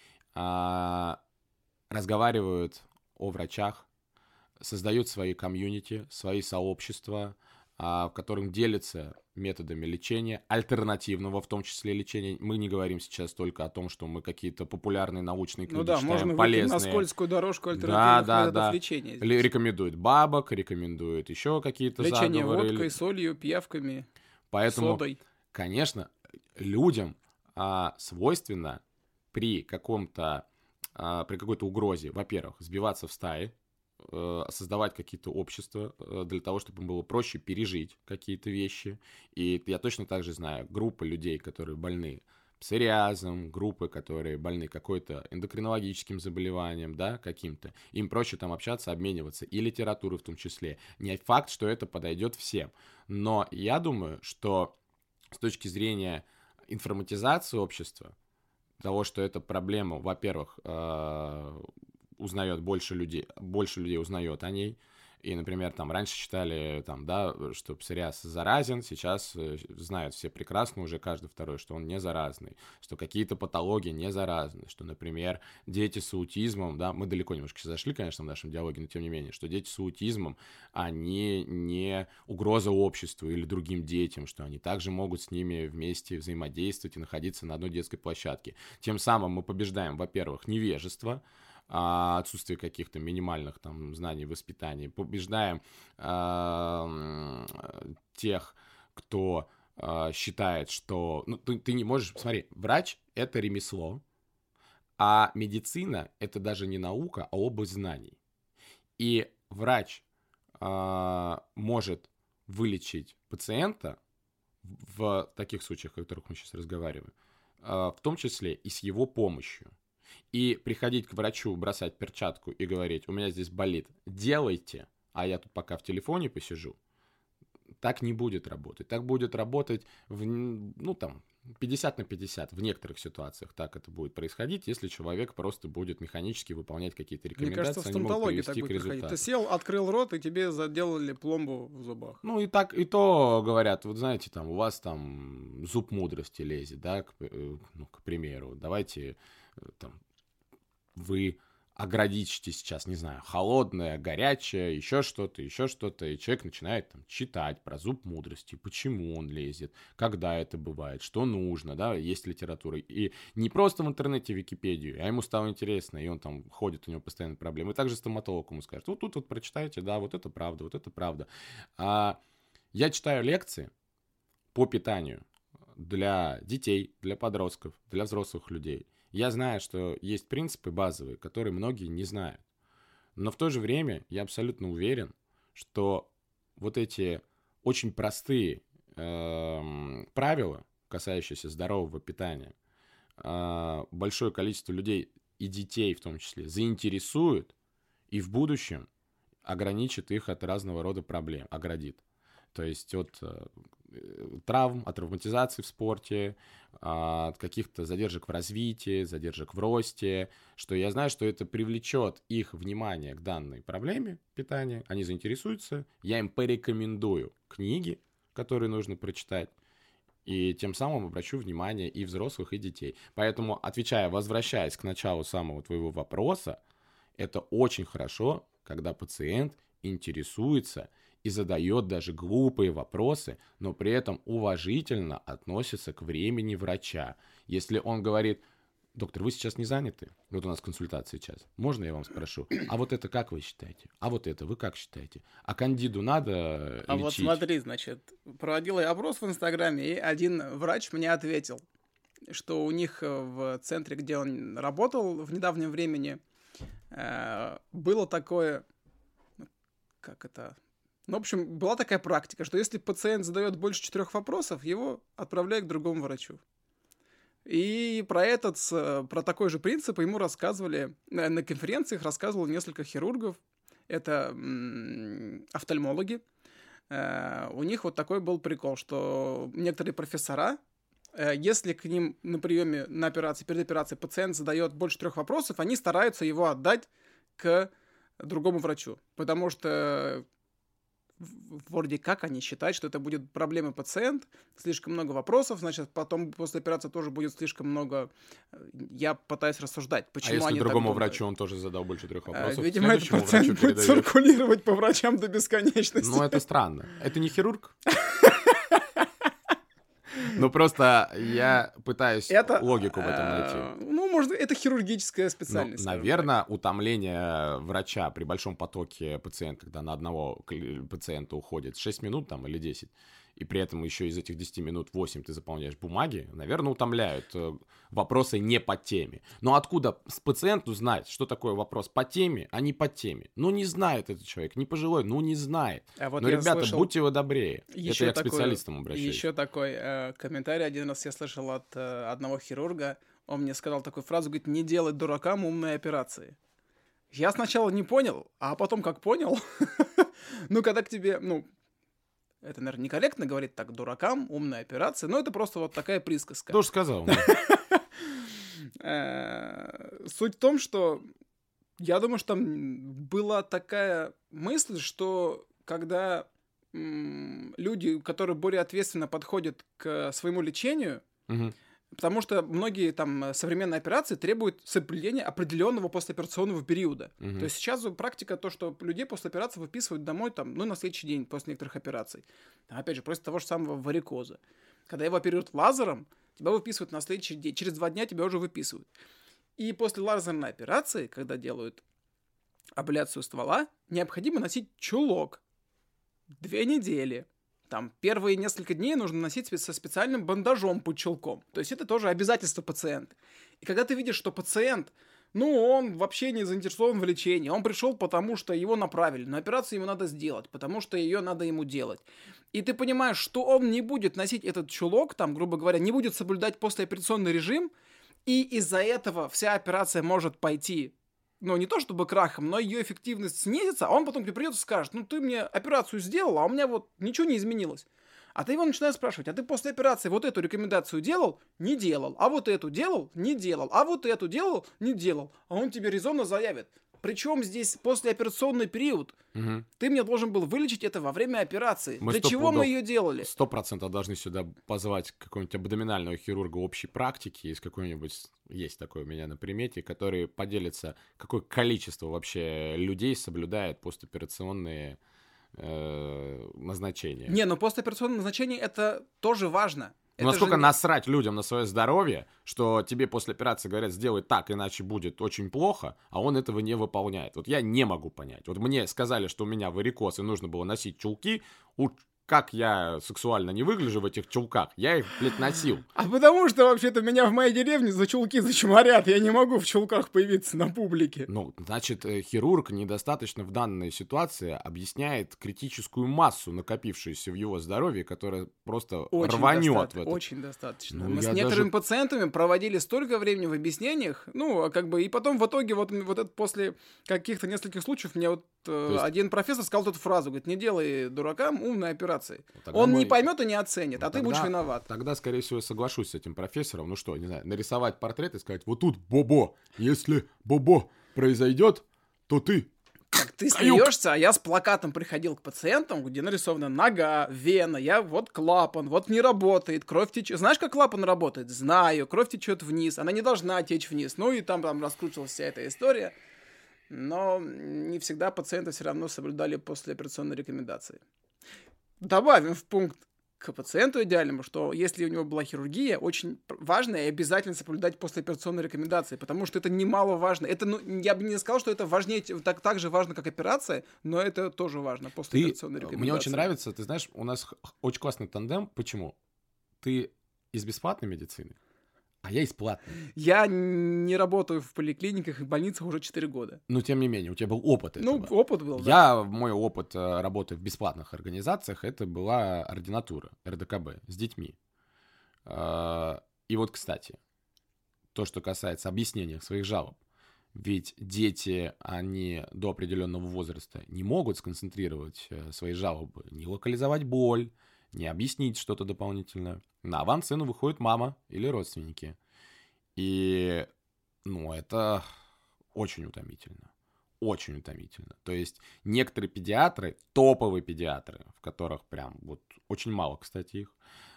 разговаривают о врачах, создают свои комьюнити, свои сообщества, в котором делятся методами лечения, альтернативного в том числе лечения. Мы не говорим сейчас только о том, что мы какие-то популярные научные книги читаем, можно полезные. Можно выйти на скользкую дорожку альтернативных методов лечения. Здесь. Рекомендует бабок, рекомендует еще какие-то лечение заговоры. Лечение водкой, солью, пиявками, Поэтому, содой. Конечно, людям свойственно при какой-то угрозе, во-первых, сбиваться в стаи, создавать какие-то общества для того, чтобы им было проще пережить какие-то вещи. И я точно так же знаю группы людей, которые больны псориазом, группы, которые больны какой-то эндокринологическим заболеванием, да, каким-то. Им проще там общаться, обмениваться, и литературой в том числе. Не факт, что это подойдет всем. Но я думаю, что с точки зрения информатизации общества, того, что эта проблема, во-первых, узнает больше людей узнает о ней. И, например, там раньше считали, там, да, что псориаз заразен, сейчас знают все прекрасно, уже каждый второй, что он не заразный, что какие-то патологии не заразны, что, например, дети с аутизмом, да, мы далеко немножко зашли, конечно, в нашем диалоге, но тем не менее, что дети с аутизмом, они не угроза обществу или другим детям, что они также могут с ними вместе взаимодействовать и находиться на одной детской площадке. Тем самым мы побеждаем, во-первых, невежество, отсутствие каких-то минимальных там знаний, воспитания. Побеждаем тех, кто считает, что... ты не можешь... Смотри, врач — это ремесло, а медицина — это даже не наука, а область знаний. И врач может вылечить пациента в таких случаях, о которых мы сейчас разговариваем, в том числе и с его помощью. И приходить к врачу, бросать перчатку и говорить: у меня здесь болит, делайте, а я тут пока в телефоне посижу, так не будет работать. Так будет работать 50 на 50 в некоторых ситуациях. Так это будет происходить, если человек просто будет механически выполнять какие-то рекомендации. Мне кажется, в стоматологии так будет происходить. Ты сел, открыл рот, и тебе заделали пломбу в зубах. И так, и то говорят, вот знаете, там у вас там зуб мудрости лезет, да, к примеру. Давайте там вы оградите сейчас, не знаю, холодное, горячее, еще что-то, и человек начинает там читать про зуб мудрости, почему он лезет, когда это бывает, что нужно, да, есть литература. И не просто в интернете Википедию, а ему стало интересно, и он там ходит, у него постоянно проблемы. И также стоматолог ему скажет: вот тут вот прочитайте, да, вот это правда, вот это правда. Я читаю лекции по питанию для детей, для подростков, для взрослых людей. Я знаю, что есть принципы базовые, которые многие не знают. Но в то же время я абсолютно уверен, что вот эти очень простые правила, касающиеся здорового питания, большое количество людей и детей в том числе заинтересуют и в будущем ограничит их от разного рода проблем, оградит. То есть вот травм, от травматизации в спорте, от каких-то задержек в развитии, задержек в росте, что я знаю, что это привлечет их внимание к данной проблеме питания, они заинтересуются, я им порекомендую книги, которые нужно прочитать, и тем самым обращу внимание и взрослых, и детей. Поэтому, возвращаясь к началу самого твоего вопроса, это очень хорошо, когда пациент интересуется и задает даже глупые вопросы, но при этом уважительно относится к времени врача. Если он говорит: доктор, вы сейчас не заняты? Вот у нас консультация сейчас. Можно я вам спрошу? А вот это как вы считаете? А вот это вы как считаете? А кандиду надо А лечить? вот смотри, значит, проводил я опрос в Инстаграме, и один врач мне ответил, что у них в центре, где он работал в недавнем времени, было такое... Как это... Ну, в общем, была такая практика, что если пациент задает больше 4 вопросов, его отправляют к другому врачу. И про такой же принцип ему рассказывали, на конференциях рассказывало несколько хирургов, это офтальмологи. У них вот такой был прикол, что некоторые профессора, если к ним на приеме, на операции, перед операцией пациент задает больше 3 вопросов, они стараются его отдать к другому врачу, потому что вроде как они считают, что это будет проблемой пациента, слишком много вопросов, значит, потом после операции тоже будет слишком много... Я пытаюсь рассуждать, почему если они другому так думают. врачу он тоже задал больше 3 вопросов, видимо, этот пациент будет циркулировать по врачам до бесконечности. Ну, это странно. Это не хирург? Ну, просто я пытаюсь логику в этом найти. Ну, может, это хирургическая специальность. Наверное, утомление врача при большом потоке пациентов, когда на одного пациента уходит 6 минут там, или 10, и при этом еще из этих 10 минут 8 ты заполняешь бумаги, наверное, утомляют вопросы не по теме. Но откуда пациенту знать, что такое вопрос по теме, а не по теме? Ну, не знает этот человек, не пожилой, ну, не знает. Вот но, ребята, будьте вы добрее. Это я к специалистам обращаюсь. Еще такой комментарий один раз я слышал от одного хирурга. Он мне сказал такую фразу, говорит: не делать дуракам умные операции. Я сначала не понял, а потом как понял, ну, когда к тебе, это, наверное, некорректно говорить так, дуракам умная операция, но это просто вот такая присказка. Тоже сказал. Суть в том, что я думаю, что там была такая мысль, что когда люди, которые более ответственно подходят к своему лечению, потому что многие там современные операции требуют соблюдения определенного послеоперационного периода. То есть сейчас практика то, что людей после операции выписывают домой там, на следующий день после некоторых операций. Опять же, после того же самого варикоза. Когда его оперируют лазером, тебя выписывают на следующий день. Через 2 дня тебя уже выписывают. И после лазерной операции, когда делают абляцию ствола, необходимо носить чулок 2 недели. Там первые несколько дней нужно носить со специальным бандажом под чулком. То есть это тоже обязательство пациента. И когда ты видишь, что пациент, он вообще не заинтересован в лечении, он пришел потому, что его направили, но операцию ему надо сделать, потому что ее надо ему делать. И ты понимаешь, что он не будет носить этот чулок, там, грубо говоря, не будет соблюдать послеоперационный режим, и из-за этого вся операция может пойти, не то чтобы крахом, но ее эффективность снизится, а он потом тебе придет и скажет: ты мне операцию сделал, а у меня вот ничего не изменилось. А ты его начинаешь спрашивать: а ты после операции вот эту рекомендацию делал? Не делал. А вот эту делал? Не делал. А вот эту делал? Не делал. А он тебе резонно заявит: причем здесь послеоперационный период? Ты мне должен был вылечить это во время операции. Для чего мы ее делали? 100% должны сюда позвать какого-нибудь абдоминального хирурга общей практики. Есть такой у меня на примете, который поделится, какое количество вообще людей соблюдает постоперационные назначения. Постоперационное назначение это тоже важно. Насколько насрать людям на свое здоровье, что тебе после операции говорят: сделай так, иначе будет очень плохо, а он этого не выполняет. Вот я не могу понять. Вот мне сказали, что у меня варикоз и нужно было носить чулки. Как я сексуально не выгляжу в этих чулках, я их, носил. А потому что вообще-то меня в моей деревне за чулки зачморят, я не могу в чулках появиться на публике. Значит, хирург недостаточно в данной ситуации объясняет критическую массу, накопившуюся в его здоровье, которая просто рванет в это. Очень достаточно. Мы с некоторыми пациентами проводили столько времени в объяснениях, и потом в итоге вот это после каких-то нескольких случаев мне один профессор сказал эту фразу, говорит: не делай дуракам умные операции. рекомендаций. Тогда Он не поймет и не оценит, а ты будешь виноват. Тогда, скорее всего, я соглашусь с этим профессором. Ну что, не знаю, нарисовать портрет и сказать, вот тут Бобо, если Бобо произойдет, то ты... Так ты смеешься, а я с плакатом приходил к пациентам, где нарисована нога, вена, вот клапан, вот не работает, кровь течет. Знаешь, как клапан работает? Знаю, кровь течет вниз, она не должна течь вниз. Ну и там раскручивалась вся эта история. Но не всегда пациенты все равно соблюдали послеоперационные рекомендации. Добавим в пункт к пациенту идеальному, что если у него была хирургия, очень важно и обязательно соблюдать послеоперационные рекомендации, потому что это немаловажно. Это, я бы не сказал, что это важнее, так же важно, как операция, но это тоже важно, послеоперационные рекомендации. Мне очень нравится, ты знаешь, у нас очень классный тандем. Почему? Ты из бесплатной медицины, а я из платной. Я не работаю в поликлиниках и больницах уже 4 года. Но тем не менее, у тебя был опыт этого. Ну, опыт был, да. Мой опыт работы в бесплатных организациях, это была ординатура, РДКБ, с детьми. И вот, кстати, то, что касается объяснения своих жалоб. Ведь дети, они до определенного возраста не могут сконцентрировать свои жалобы, не локализовать боль, не объяснить что-то дополнительное. На авансцену выходит мама или родственники. И, это очень утомительно. Очень утомительно. То есть некоторые педиатры, топовые педиатры, в которых прям вот очень мало, кстати, их,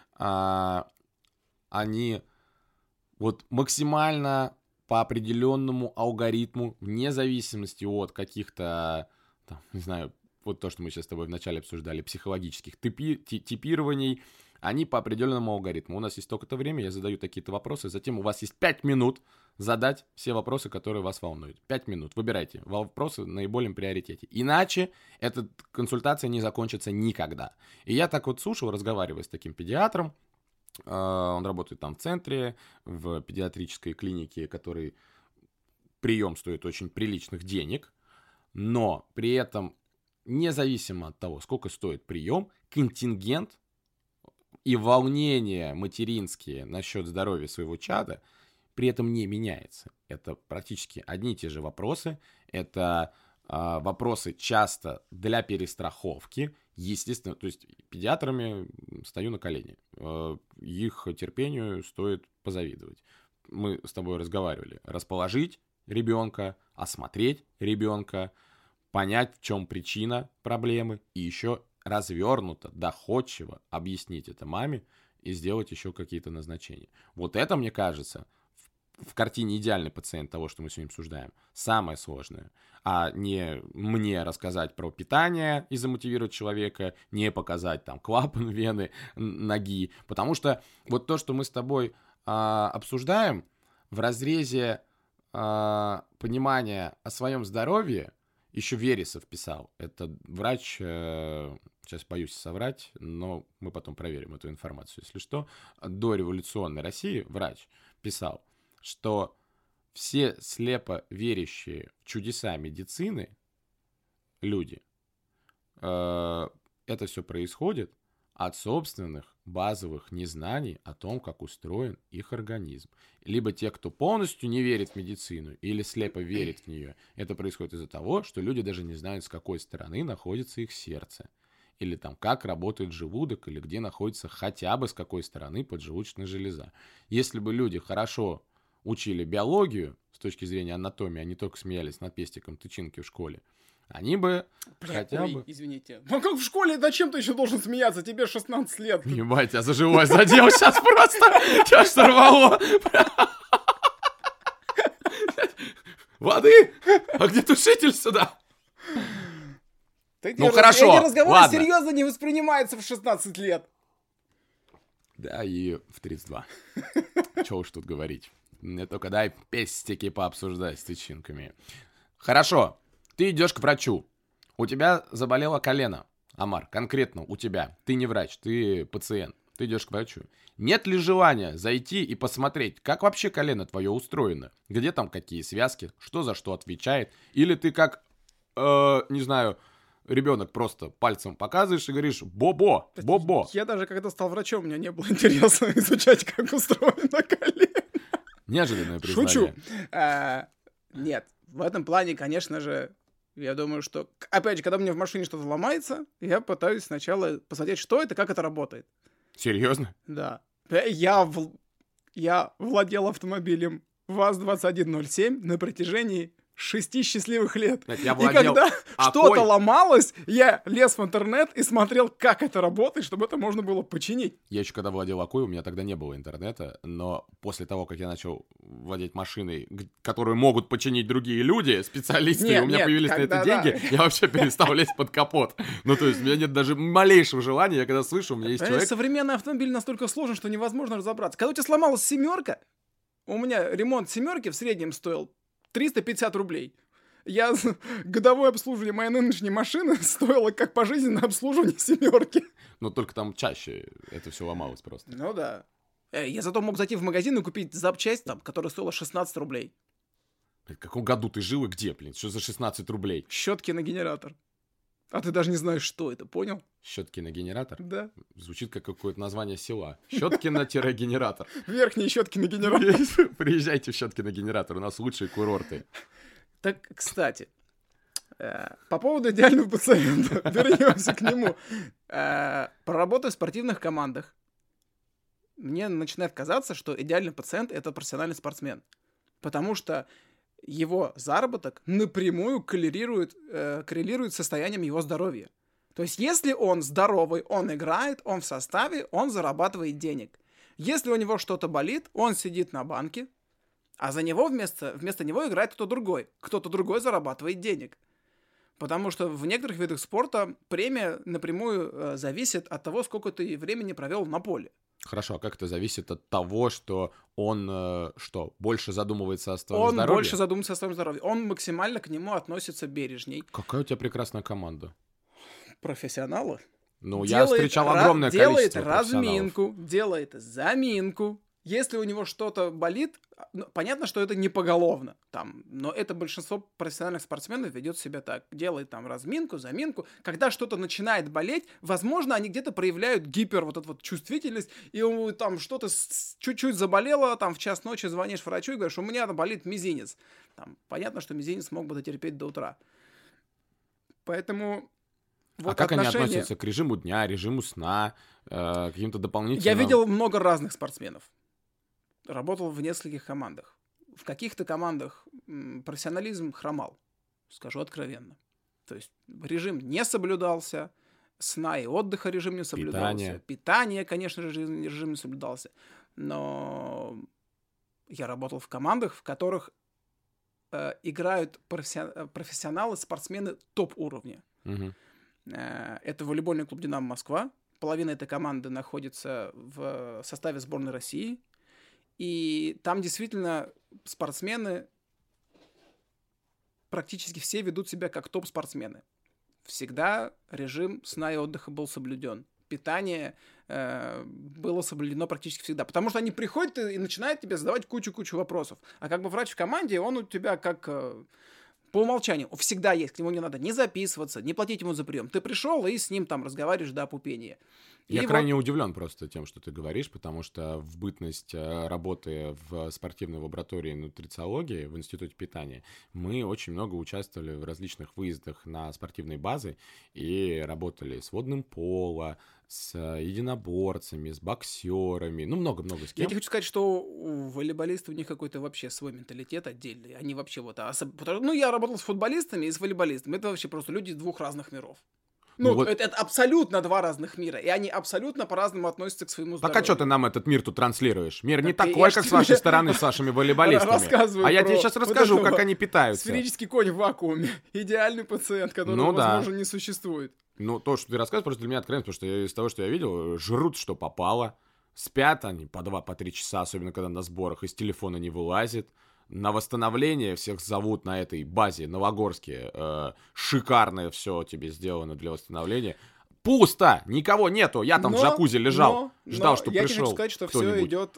они вот максимально по определенному алгоритму, вне зависимости от каких-то, там, не знаю, вот то, что мы сейчас с тобой вначале обсуждали, психологических типирований, они по определенному алгоритму. У нас есть столько-то времени, я задаю такие-то вопросы, затем у вас есть 5 минут задать все вопросы, которые вас волнуют. 5 минут. Выбирайте вопросы в наибольшем приоритете. Иначе эта консультация не закончится никогда. И я так вот слушал, разговаривая с таким педиатром. Он работает там в центре, в педиатрической клинике, который прием стоит очень приличных денег. Но при этом, независимо от того, сколько стоит прием, контингент и волнения материнские насчет здоровья своего чада при этом не меняется. Это практически одни и те же вопросы. Это вопросы часто для перестраховки. Естественно, то есть педиатрами стою на колени. Их терпению стоит позавидовать. Мы с тобой разговаривали. Расположить ребенка, осмотреть ребенка, понять, в чем причина проблемы, и еще развернуто, доходчиво объяснить это маме и сделать еще какие-то назначения. Вот это, мне кажется, в картине идеальный пациент того, что мы сегодня обсуждаем, самое сложное. А не мне рассказать про питание и замотивировать человека, не показать там клапан вены, ноги. Потому что вот то, что мы с тобой обсуждаем, в разрезе понимания о своем здоровье, еще Вересов писал. Это врач, сейчас боюсь соврать, но мы потом проверим эту информацию, если что. До революционной России врач писал, что все слепо верящие в чудеса медицины люди, это все происходит от собственных базовых незнаний о том, как устроен их организм. Либо те, кто полностью не верит в медицину или слепо верит в нее, это происходит из-за того, что люди даже не знают, с какой стороны находится их сердце. Или там, как работает желудок, или где находится хотя бы с какой стороны поджелудочная железа. Если бы люди хорошо учили биологию с точки зрения анатомии, а не только смеялись над пестиком тычинки в школе, они бы хотя бы... Извините. Ну как в школе, зачем ты еще должен смеяться? Тебе 16 лет. Ебать, я за живое задел сейчас просто. Тебя сорвало. Воды? А где тушитель сюда? Ну хорошо, эти разговоры ладно. серьезно не воспринимаются в 16 лет. Да, и в 32. Чего уж тут говорить. Мне только дай пестики пообсуждать с тычинками. Хорошо, ты идешь к врачу. У тебя заболело колено, Амар, конкретно у тебя. Ты не врач, ты пациент. Ты идешь к врачу. Нет ли желания зайти и посмотреть, как вообще колено твое устроено? Где там какие связки, что за что отвечает? Или ты как, не знаю... Ребенок просто пальцем показываешь и говоришь «Бобо! Бобо!». Я даже когда стал врачом, у меня не было интереса изучать, как устроено колено. Неожиданное признание. Шучу. Нет, в этом плане, конечно же, Я думаю, что, опять же, когда мне в машине что-то ломается, я пытаюсь сначала посмотреть, что это, как это работает. Серьезно? Да. Я владел автомобилем ВАЗ-2107 на протяжении 6 счастливых лет. Я И владел когда Акой. что-то ломалось, я лез в интернет и смотрел, как это работает, чтобы это можно было починить. Я еще когда владел Акой, у меня тогда не было интернета, но после того, как я начал владеть машиной, которую могут починить другие люди, специалисты, и у меня появились на это деньги, я вообще перестал лезть под капот. Ну, то есть, у меня нет даже малейшего желания, я когда слышу, у меня есть человек... Современный автомобиль настолько сложен, что невозможно разобраться. Когда у тебя сломалась семерка, у меня ремонт семерки в среднем стоил 350 рублей. Годовое обслуживание моей нынешней машины стоило как пожизненное обслуживание семерки. Но только там чаще это все ломалось просто. Ну да. Я зато мог зайти в магазин и купить запчасть, там, которая стоила 16 рублей. В каком году ты жил и где, блин? Что за 16 рублей? Щетки на генератор. А ты даже не знаешь, что это, понял? Щетки на генератор? Да. Звучит как какое-то название села. Щеткино-генератор. Верхние щетки на генератор. Приезжайте в Щеткино-генератор, у нас лучшие курорты. Так, кстати, по поводу идеального пациента, вернемся к нему. Проработав в спортивных командах, мне начинает казаться, что идеальный пациент — это профессиональный спортсмен. Потому что его заработок напрямую коррелирует с состоянием его здоровья. То есть, если он здоровый, он играет, он в составе, он зарабатывает денег. Если у него что-то болит, он сидит на банке, а за него вместо него играет кто-то другой. Кто-то другой зарабатывает денег. Потому что в некоторых видах спорта премия напрямую зависит от того, сколько ты времени провел на поле. Хорошо, а как это зависит от того, что он больше задумывается о своем здоровье? Он больше задумывается о своем здоровье. Он максимально к нему относится бережней. Какая у тебя прекрасная команда. Профессионалы. Ну, я встречал огромное количество профессионалов. Делает заминку. Если у него что-то болит, понятно, что это не поголовно, но это большинство профессиональных спортсменов ведет себя так. Делает там разминку, заминку. Когда что-то начинает болеть, возможно, они где-то проявляют чувствительность, и там что-то чуть-чуть заболело, там в час ночи звонишь врачу и говоришь, у меня болит мизинец. Понятно, что мизинец мог бы дотерпеть до утра. Поэтому... Вот как они относятся к режиму дня, режиму сна, каким-то дополнительным... Я видел много разных спортсменов. Работал в нескольких командах. В каких-то командах профессионализм хромал, скажу откровенно. То есть режим не соблюдался, сна и отдыха режим не соблюдался. Питание, конечно же, режим не соблюдался. Но я работал в командах, в которых играют профессионалы, спортсмены топ-уровня. Угу. Это волейбольный клуб «Динамо Москва». Половина этой команды находится в составе сборной России. И там действительно спортсмены практически все ведут себя как топ-спортсмены. Всегда режим сна и отдыха был соблюден. Питание было соблюдено практически всегда. Потому что они приходят и начинают тебе задавать кучу-кучу вопросов. А как бы врач в команде, он у тебя как... По умолчанию, всегда есть, к нему не надо не записываться, не платить ему за прием. Ты пришел и с ним там разговариваешь до опупения. Я крайне удивлен просто тем, что ты говоришь, потому что в бытность работы в спортивной лаборатории нутрициологии в Институте питания мы очень много участвовали в различных выездах на спортивные базы и работали с водным поло, с единоборцами, с боксерами, много-много с кем. Я тебе хочу сказать, что у волейболистов у них какой-то вообще свой менталитет отдельный. Они вообще я работал с футболистами и с волейболистами. Это вообще просто люди двух разных миров. Это абсолютно два разных мира, и они абсолютно по-разному относятся к своему здоровью. Так а что ты нам этот мир тут транслируешь? Мир не такой, как с вашей стороны, с вашими волейболистами. А я тебе сейчас расскажу, как они питаются. Сферический конь в вакууме. Идеальный пациент, которого, возможно, не существует. То, что ты рассказываешь, просто для меня откровенно, потому что из того, что я видел, жрут, что попало. Спят они по 2-3 часа, особенно когда на сборах, из телефона не вылазит. На восстановление всех зовут на этой базе Новогорске. Шикарное все тебе сделано для восстановления. Пусто! Никого нету! Я там в джакузи лежал, ждал, что пришел. Я тебе хочу сказать, что все идет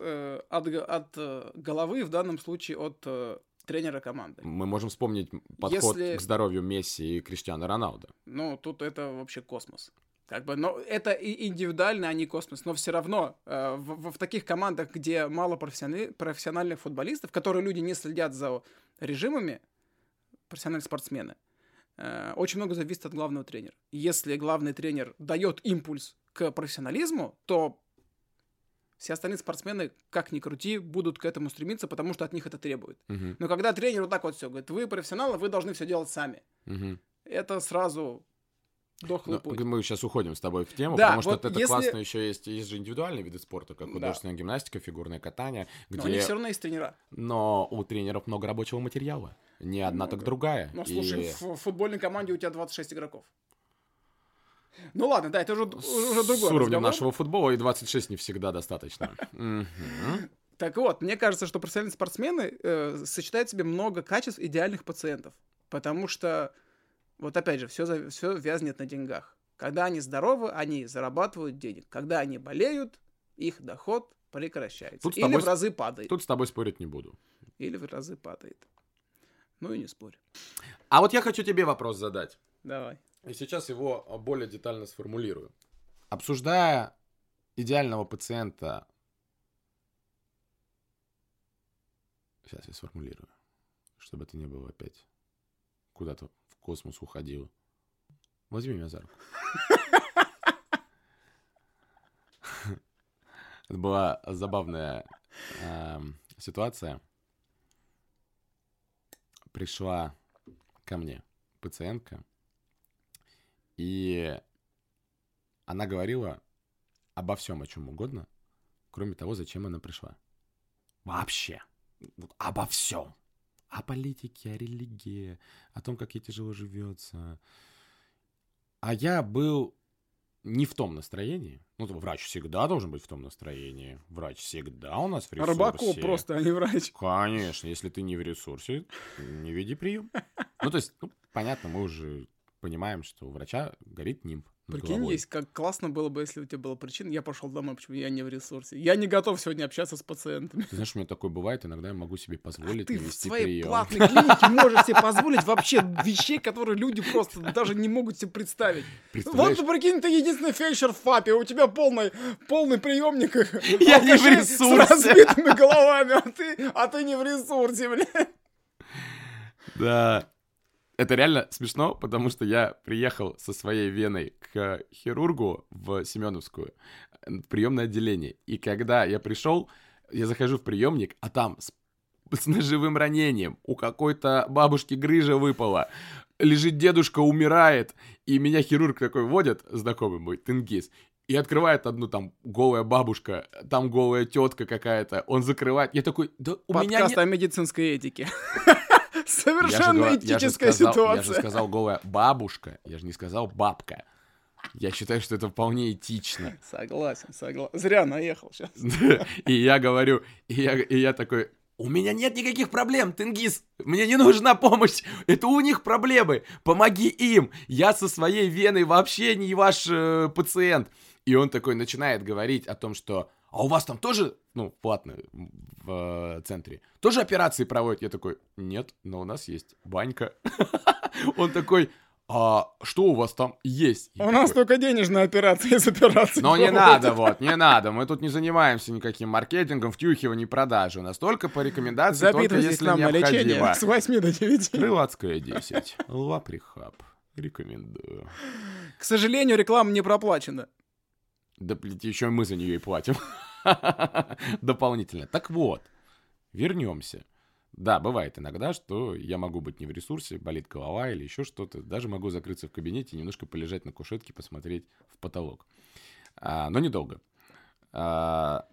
от головы, в данном случае от тренера команды. Мы можем вспомнить подход к здоровью Месси и Криштиану Роналдо. Тут это вообще космос. Это и индивидуально, а не космос. Но все равно в таких командах, где мало профессиональных футболистов, которые люди не следят за режимами, профессиональные спортсмены, очень много зависит от главного тренера. Если главный тренер дает импульс к профессионализму, то все остальные спортсмены, как ни крути, будут к этому стремиться, потому что от них это требует. Но когда тренер вот так вот все говорит, вы профессионалы, вы должны все делать сами. Это сразу дохлый путь. Мы сейчас уходим с тобой в тему, Да, потому что вот это если... классно еще есть же индивидуальные виды спорта, как художественная гимнастика, фигурное катание, где... Но у них все равно есть тренера. Но у тренеров много рабочего материала. Не одна, так другая. Ну, слушай, в футбольной команде у тебя 26 игроков. Ну ладно, да, это уже другой С уровнем разговор. нашего футбола и 26 не всегда достаточно. Так вот, мне кажется, что профессиональные спортсмены сочетают в себе много качеств идеальных пациентов. Потому что, вот опять же, все вязнет на деньгах. Когда они здоровы, они зарабатывают денег. Когда они болеют, их доход прекращается. Или в разы падает. Тут с тобой спорить не буду. Или в разы падает. Ну и не спорь. А вот я хочу тебе вопрос задать. Давай. И сейчас его более детально сформулирую. Обсуждая идеального пациента... Сейчас я сформулирую, чтобы это не было опять куда-то в космос уходило. Возьми меня за руку. Это была забавная ситуация. Пришла ко мне пациентка, и она говорила обо всем, о чем угодно, кроме того, зачем она пришла. Вообще. Обо всем. О политике, о религии, о том, как ей тяжело живется. А я был не в том настроении. Ну, врач всегда должен быть в том настроении. Врач всегда у нас в ресурсе. Рыбаков просто, а не врач. Конечно, если ты не в ресурсе, не веди прием. Ну, то есть, понятно, мы уже понимаем, что у врача горит нимб. Прикинь, есть, как классно было бы, если у тебя была причина, я пошел домой, почему я не в ресурсе. Я не готов сегодня общаться с пациентами. Ты знаешь, у меня такое бывает, иногда я могу себе позволить ты навести в своей прием. платной клинике можешь себе позволить вообще вещей, которые люди просто даже не могут себе представить. Вот, прикинь, ты единственный фельдшер в ФАПе, у тебя полный приемник. Я не в ресурсе. С разбитыми головами, а ты не в ресурсе, блядь. Да. Это реально смешно, потому что я приехал со своей веной к хирургу в Семеновскую, в приемное отделение. И когда я пришел, я захожу в приемник, а там с ножевым ранением у какой-то бабушки грыжа выпала. Лежит дедушка, умирает. И меня хирург такой водит, знакомый мой, Тенгиз, и открывает одну там голая бабушка, там голая тетка какая-то. Он закрывает. Я такой, да у меня подкаст нет... о медицинской этике. Совершенно этическая ситуация. Я же сказал голая бабушка, я же не сказал бабка. Я считаю, что это вполне этично. Согласен. Зря наехал сейчас. И я говорю, и я такой, у меня нет никаких проблем, Тенгиз, мне не нужна помощь, это у них проблемы, помоги им, я со своей веной вообще не ваш пациент. И он такой начинает говорить о том, что а у вас там тоже, платно в центре, тоже операции проводят? Я такой, нет, но у нас есть банька. Он такой, а что у вас там есть? У нас только денежные операции из операций. Но не надо, мы тут не занимаемся никаким маркетингом, втюхиванием, продажей. У нас только по рекомендации, только если необходимо. С 8 до 9. Крылатская 10, лаприхаб, рекомендую. К сожалению, реклама не проплачена. Да, блядь, еще мы за нее и платим. Дополнительно. Так вот, вернемся. Да, бывает иногда, что я могу быть не в ресурсе, болит голова или еще что-то. Даже могу закрыться в кабинете и немножко полежать на кушетке, посмотреть в потолок. Но недолго. Что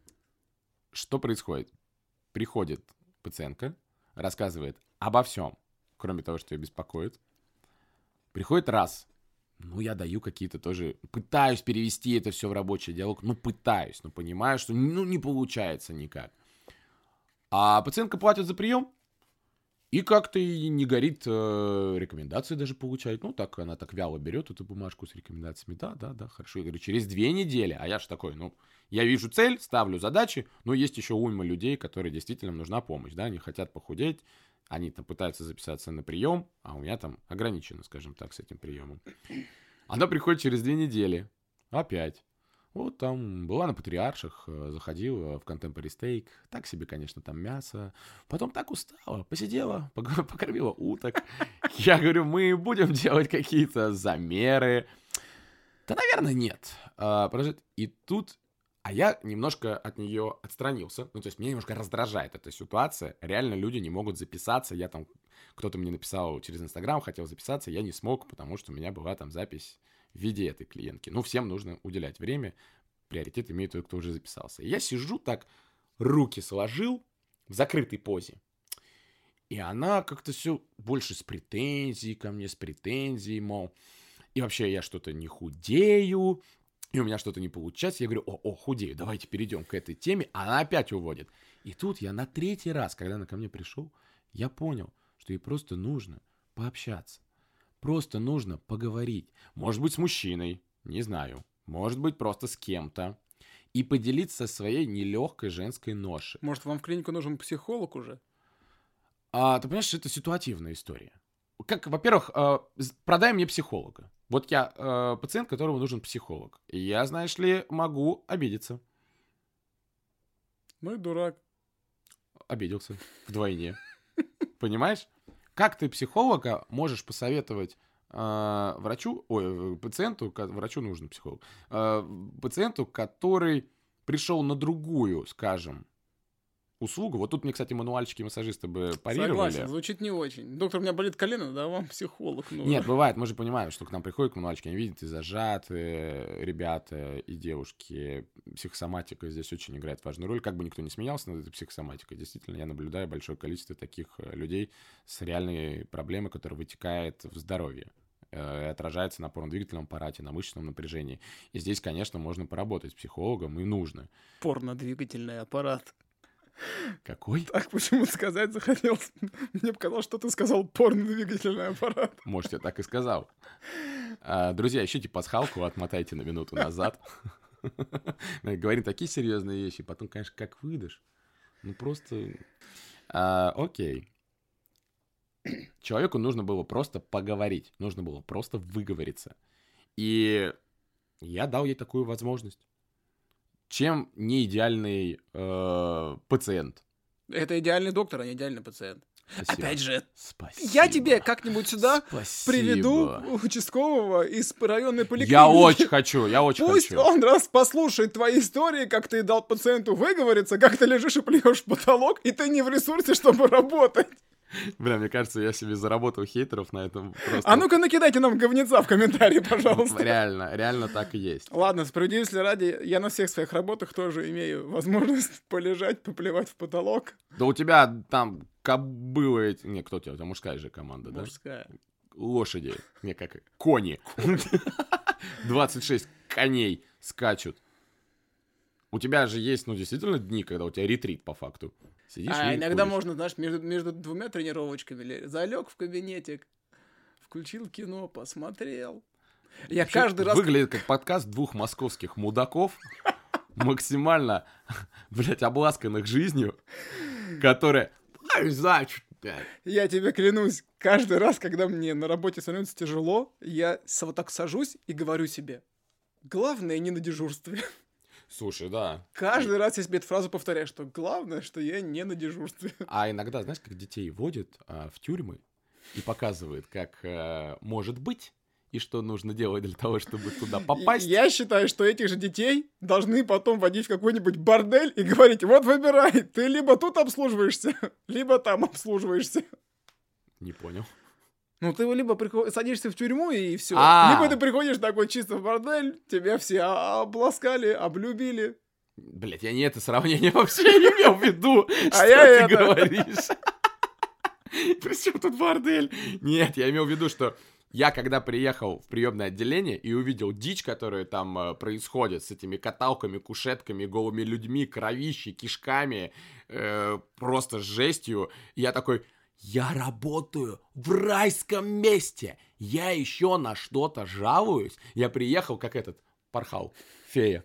происходит? Приходит пациентка, рассказывает обо всем, кроме того, что ее беспокоит. Приходит раз. Я даю какие-то тоже... Пытаюсь перевести это все в рабочий диалог. Пытаюсь, но понимаю, что не получается никак. А пациентка платит за прием, и как-то и не горит, рекомендации даже получает. Так она так вяло берет эту бумажку с рекомендациями. Да, хорошо. Я говорю, через 2 недели. А я же такой, я вижу цель, ставлю задачи, но есть еще уйма людей, которые действительно нужна помощь, да, они хотят похудеть, они там пытаются записаться на прием, а у меня там ограничено, скажем так, с этим приемом. Она приходит через 2 недели. Опять. Вот там была на Патриарших, заходила в Contemporary Steak. Так себе, конечно, там мясо. Потом так устала, посидела, покормила уток. Я говорю, мы будем делать какие-то замеры. Да, наверное, нет. И тут... А я немножко от нее отстранился. Ну, то есть меня немножко раздражает эта ситуация. Реально люди не могут записаться. Я там... Кто-то мне написал через Инстаграм, хотел записаться. Я не смог, потому что у меня была там запись в виде этой клиентки. Ну, всем нужно уделять время. Приоритет имеет тот, кто уже записался. И я сижу так, руки сложил в закрытой позе. И она как-то все больше с претензией ко мне, с претензией, мол... И вообще я что-то не худею, и у меня что-то не получается. Я говорю, худею, давайте перейдем к этой теме. Она опять уводит. И тут я на 3-й раз, когда она ко мне пришел, я понял, что ей просто нужно пообщаться. Просто нужно поговорить. Может быть, с мужчиной, не знаю. Может быть, просто с кем-то. И поделиться своей нелегкой женской ношей. Может, вам в клинику нужен психолог уже? Ты понимаешь, это ситуативная история. Как, во-первых, продай мне психолога. Вот я пациент, которому нужен психолог. И я, знаешь ли, могу обидеться. Ну и дурак. Обиделся вдвойне. Понимаешь? Как ты психолога можешь посоветовать пациенту, врачу нужен психолог, пациенту, который пришел на другую, скажем, услугу. Вот тут мне, кстати, мануальщики и массажисты бы парировали. Согласен, звучит не очень. Доктор, у меня болит колено, да, вам психолог нужен. Нет, бывает, мы же понимаем, что к нам приходят мануальщики, они видят и зажатые ребята, и девушки. Психосоматика здесь очень играет важную роль. Как бы никто не смеялся над этой психосоматикой, действительно, я наблюдаю большое количество таких людей с реальной проблемой, которая вытекает в здоровье. И отражается на опорно-двигательном аппарате, на мышечном напряжении. И здесь, конечно, можно поработать с психологом, и нужно. Опорно-двигательный аппарат. Какой? Так почему-то сказать захотелось. Мне показалось, что ты сказал порно-двигательный аппарат. Может, я так и сказал. Друзья, ищите пасхалку, отмотайте на минуту назад. Говорим такие серьезные вещи, потом, конечно, как выдашь. Ну, просто... Окей. Человеку нужно было просто поговорить, нужно было просто выговориться. И я дал ей такую возможность. Чем не идеальный пациент? Это идеальный доктор, а не идеальный пациент. Спасибо. Опять же, Спасибо. я тебе как-нибудь сюда приведу участкового из районной поликлиники. Я очень хочу. Пусть он раз послушает твои истории, как ты дал пациенту выговориться, как ты лежишь и плюешь в потолок, и ты не в ресурсе, чтобы работать. Бля, мне кажется, я себе заработал хейтеров на этом просто. А ну-ка накидайте нам говнеца в комментарии, пожалуйста. Реально так и есть. Ладно, справедливости ради, я на всех своих работах тоже имею возможность полежать, поплевать в потолок. Да у тебя там кобылы... Не, кто у тебя? У тебя мужская же команда, да? Мужская. Лошади. Не, как кони. 26 коней скачут. У тебя же есть, действительно дни, когда у тебя ретрит по факту. Сидишь и иногда куришь. можно, знаешь, между двумя тренировочками залег в кабинетик, включил кино, посмотрел. Я вообще каждый раз... Выглядит как подкаст двух московских мудаков, максимально, обласканных жизнью, которые... Значит, я тебе клянусь, каждый раз, когда мне на работе становится тяжело, я вот так сажусь и говорю себе, главное не на дежурстве. Слушай, да. Каждый раз я себе эту фразу повторяю, что главное, что я не на дежурстве. А иногда, знаешь, как детей водят в тюрьмы и показывают, как может быть, и что нужно делать для того, чтобы туда попасть. Я считаю, что этих же детей должны потом водить в какой-нибудь бордель и говорить, вот выбирай, ты либо тут обслуживаешься, либо там обслуживаешься. Не понял. Ну, ты либо садишься в тюрьму и все. Либо ты приходишь такой чисто в бордель, тебя все обласкали, облюбили. Блять, я не это сравнение вообще не имел в виду, что ты говоришь. Причем тут бордель? Нет, я имел в виду, что я когда приехал в приемное отделение и увидел дичь, которая там происходит с этими каталками, кушетками, голыми людьми, кровищей, кишками, просто жестью, я такой... Я работаю в райском месте. Я еще на что-то жалуюсь. Я приехал, как этот, порхал, фея.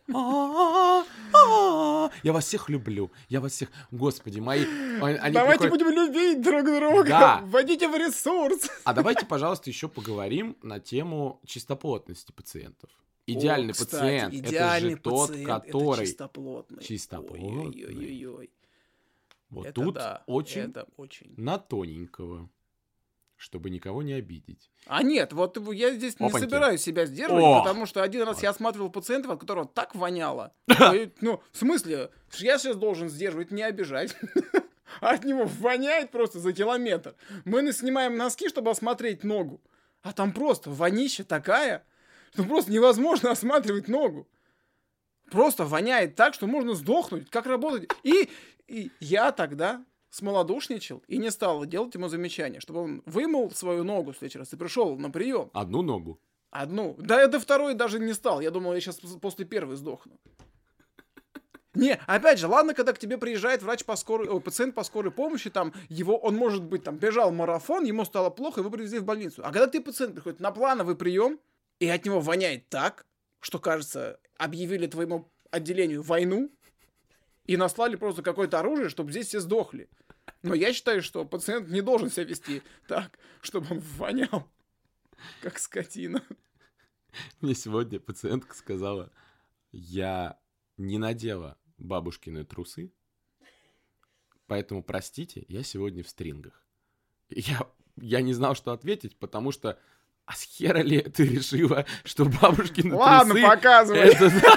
Я вас всех люблю. Я вас всех... Господи, мои... Давайте будем любить друг друга. Да. Вводите в ресурс. А давайте, пожалуйста, еще поговорим на тему чистоплотности пациентов. Идеальный кстати, пациент, идеальный это же тот, пациент, который... это чистоплотный. Чистоплотный. Ой-ой-ой-ой. Вот Это тут да, очень это очень. на тоненького, чтобы никого не обидеть. А нет, вот я здесь не Опаньки. собираюсь себя сдерживать, О! потому что один раз Вот. я осматривал пациента, от которого так воняло. Ну, в смысле, я сейчас должен сдерживать, не обижать. А от него воняет просто за километр. Мы снимаем носки, чтобы осмотреть ногу. А там просто вонища такая, что просто невозможно осматривать ногу. Просто воняет так, что можно сдохнуть. Как работать? И я тогда смолодушничал и не стал делать ему замечания, чтобы он вымыл свою ногу в следующий раз и пришел на прием. Одну ногу. Одну. Да я до второй даже не стал. Я думал, я сейчас после первой сдохну. Не, опять же, ладно, когда к тебе приезжает врач по скорой, пациент по скорой помощи, там, он, может быть, там, бежал марафон, ему стало плохо, его привезли в больницу. А когда пациент приходит на плановый прием, и от него воняет так, что, кажется, объявили твоему отделению войну, и наслали просто какое-то оружие, чтобы здесь все сдохли. Но я считаю, что пациент не должен себя вести так, чтобы он вонял, как скотина. Мне сегодня пациентка сказала, я не надела бабушкины трусы, поэтому, простите, я сегодня в стрингах. Я не знал, что ответить, потому что а с хера ли ты решила, что бабушкины Ладно, трусы... показывай.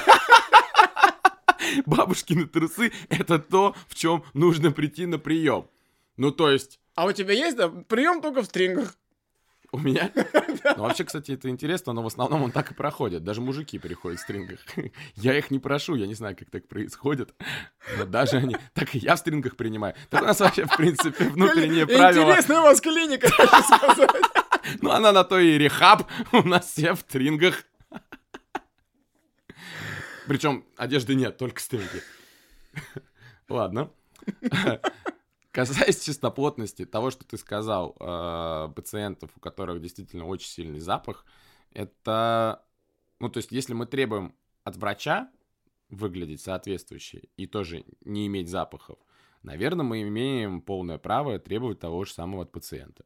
Бабушкины трусы — это то, в чем нужно прийти на прием. Ну, то есть... А у тебя есть, да, прием только в стрингах? У меня? Ну, вообще, кстати, это интересно, но в основном он так и проходит. Даже мужики приходят в стрингах. Я их не прошу, я не знаю, как так происходит. Но даже они... Так и я в стрингах принимаю. Так у нас вообще, в принципе, внутреннее правило... Интересная у вас клиника, хочу сказать. Ну, она на то и рехаб. У нас все в стрингах. Причем одежды нет, только стринги. Ладно. Касаясь чистоплотности, того, что ты сказал, пациентов, у которых действительно очень сильный запах, это... Ну, то есть, если мы требуем от врача выглядеть соответствующе и тоже не иметь запахов, наверное, мы имеем полное право требовать того же самого от пациента.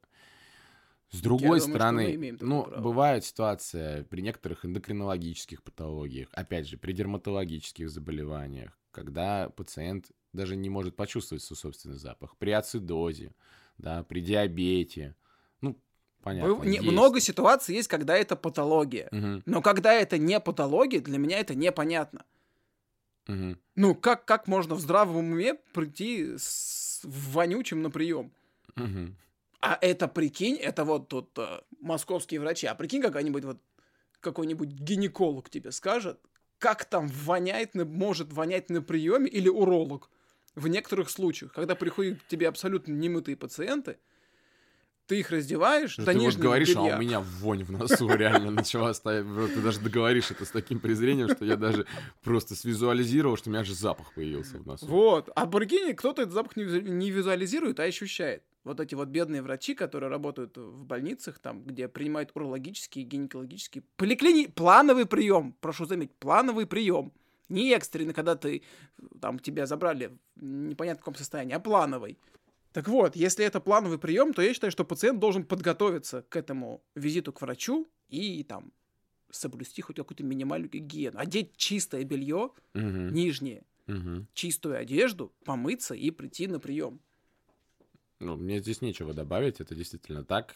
С другой стороны, бывает ситуация при некоторых эндокринологических патологиях, опять же, при дерматологических заболеваниях, когда пациент даже не может почувствовать свой собственный запах. При ацидозе, да, при диабете. Ну, понятно. Много ситуаций есть, когда это патология. Угу. Но когда это не патология, для меня это непонятно. Угу. Ну, как можно в здравом уме прийти с вонючим на прием? Угу. А это, прикинь, это вот тут московские врачи. А прикинь, какой-нибудь гинеколог тебе скажет, как там может вонять на приеме, или уролог. В некоторых случаях, когда приходят к тебе абсолютно немытые пациенты, ты их раздеваешь до нижнего белья. Ты вот говоришь, а у меня вонь в носу реально начала стоять. Ты даже договоришь это с таким презрением, что я даже просто свизуализировал, что у меня же запах появился в носу. Вот. А прикинь, кто-то этот запах не визуализирует, а ощущает. Вот эти вот бедные врачи, которые работают в больницах, там, где принимают урологические, гинекологические... Плановый прием, прошу заметить, плановый прием. Не экстренный, когда тебя забрали в непонятно в каком состоянии, а плановый. Так вот, если это плановый прием, то я считаю, что пациент должен подготовиться к этому визиту к врачу и там соблюсти хоть какую-то минимальную гигиену. Одеть чистое белье, нижнее, чистую одежду, помыться и прийти на прием. Ну, мне здесь нечего добавить, это действительно так.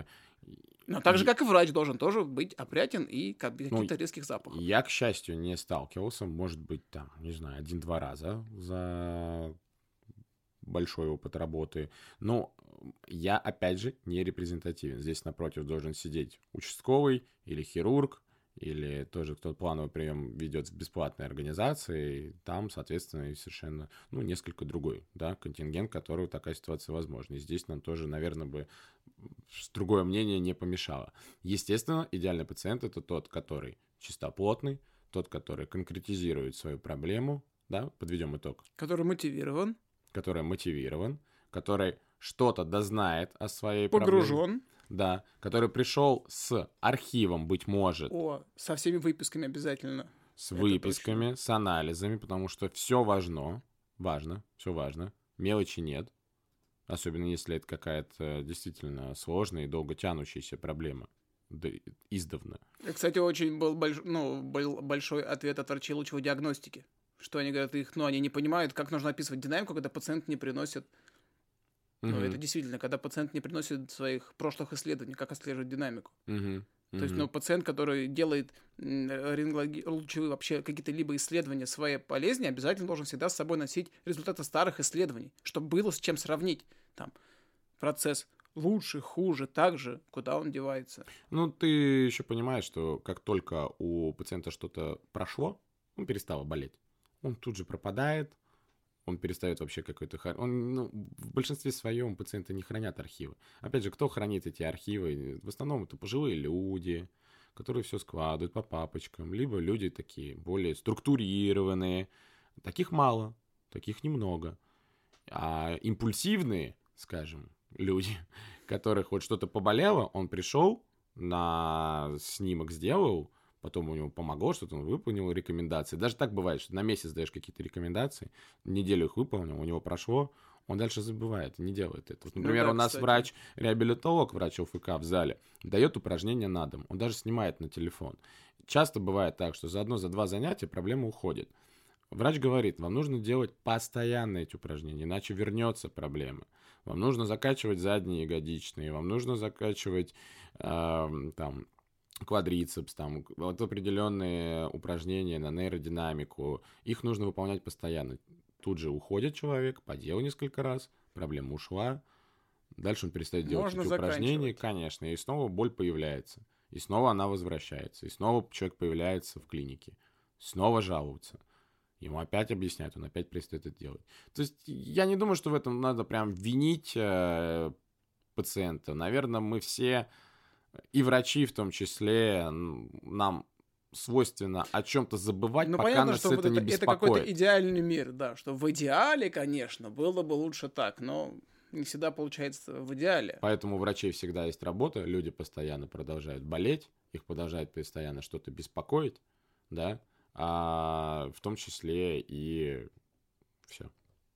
Но так же, как и врач должен тоже быть опрятен и каких-то резких запахов. Я, к счастью, не сталкивался, может быть, там, не знаю, 1-2 раза за большой опыт работы. Но я, опять же, не репрезентативен. Здесь, напротив, должен сидеть участковый или хирург, или тоже кто плановый прием ведет в бесплатной организации, там, соответственно, и совершенно, несколько другой, да, контингент, которого такая ситуация возможна. И здесь нам тоже, наверное, бы другое мнение не помешало. Естественно, идеальный пациент — это тот, который чистоплотный, тот, который конкретизирует свою проблему, да, подведем итог. Который мотивирован, который что-то дознает о своей погружен. проблеме. Да, который пришел с архивом, быть может. Со всеми выписками обязательно. С выписками, с анализами, потому что все важно, все важно. Мелочи нет, особенно если это какая-то действительно сложная и долго тянущаяся проблема. издавна. Кстати, очень был большой ответ от врачей лучевой диагностики, что они говорят, они не понимают, как нужно описывать динамику, когда пациент не приносит. Это действительно, когда пациент не приносит своих прошлых исследований, как отслеживать динамику. То есть, пациент, который делает лучевые вообще какие-то либо исследования своей болезни, обязательно должен всегда с собой носить результаты старых исследований, чтобы было с чем сравнить. Там процесс лучше, хуже, так же, куда он девается. Ты еще понимаешь, что как только у пациента что-то прошло, он перестал болеть, он тут же пропадает, он перестает вообще какой-то... в большинстве своем пациенты не хранят архивы. Опять же, кто хранит эти архивы? В основном это пожилые люди, которые все складывают по папочкам, либо люди такие более структурированные. Таких мало, таких немного. А импульсивные, скажем, люди, которых вот что-то поболело, он пришел, на снимок сделал, потом у него помогло, что-то он выполнил рекомендации. Даже так бывает, что на месяц даешь какие-то рекомендации, неделю их выполнил, у него прошло, он дальше забывает и не делает это. Вот, например, у нас врач-реабилитолог, врач ЛФК в зале, дает упражнения на дом, он даже снимает на телефон. Часто бывает так, что за 2 занятия проблема уходит. Врач говорит, вам нужно делать постоянно эти упражнения, иначе вернется проблема. Вам нужно закачивать задние ягодичные, вам нужно закачивать квадрицепс, вот определенные упражнения на нейродинамику. Их нужно выполнять постоянно. Тут же уходит человек, поделал несколько раз, проблема ушла. Дальше он перестает делать эти упражнения, конечно, и снова боль появляется. И снова она возвращается. И снова человек появляется в клинике. Снова жалуется. Ему опять объясняют, он опять перестает это делать. То есть я не думаю, что в этом надо прям винить пациента. Наверное, мы все, и врачи в том числе, нам свойственно о чем-то забывать, пока понятно, нас что это не беспокоит. Это какой-то идеальный мир, да, что в идеале, конечно, было бы лучше так, но не всегда получается в идеале. Поэтому у врачей всегда есть работа, люди постоянно продолжают болеть, их продолжает постоянно что-то беспокоить, да, а в том числе и все.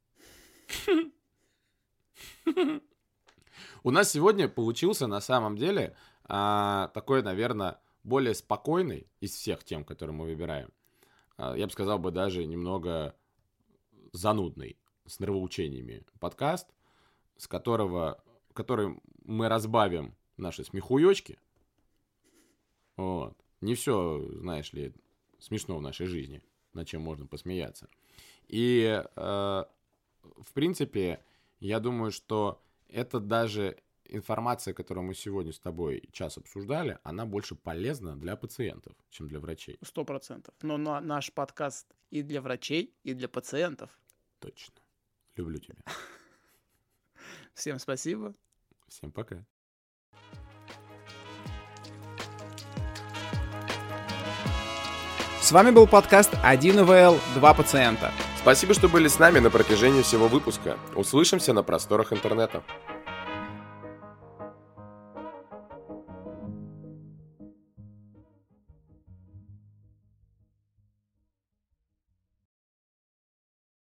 У нас сегодня получился на самом деле такой, наверное, более спокойный из всех тем, которые мы выбираем. Я бы сказал даже немного занудный, с нравоучениями подкаст, который мы разбавим наши смехуёчки. Вот. Не все, знаешь ли, смешно в нашей жизни, над чем можно посмеяться. И, в принципе, я думаю, что это даже информация, которую мы сегодня с тобой час обсуждали, она больше полезна для пациентов, чем для врачей. 100%. Но наш подкаст и для врачей, и для пациентов. Точно. Люблю тебя. Всем спасибо. Всем пока. С вами был подкаст 1 ИВЛ, 2 пациента. Спасибо, что были с нами на протяжении всего выпуска. Услышимся на просторах интернета.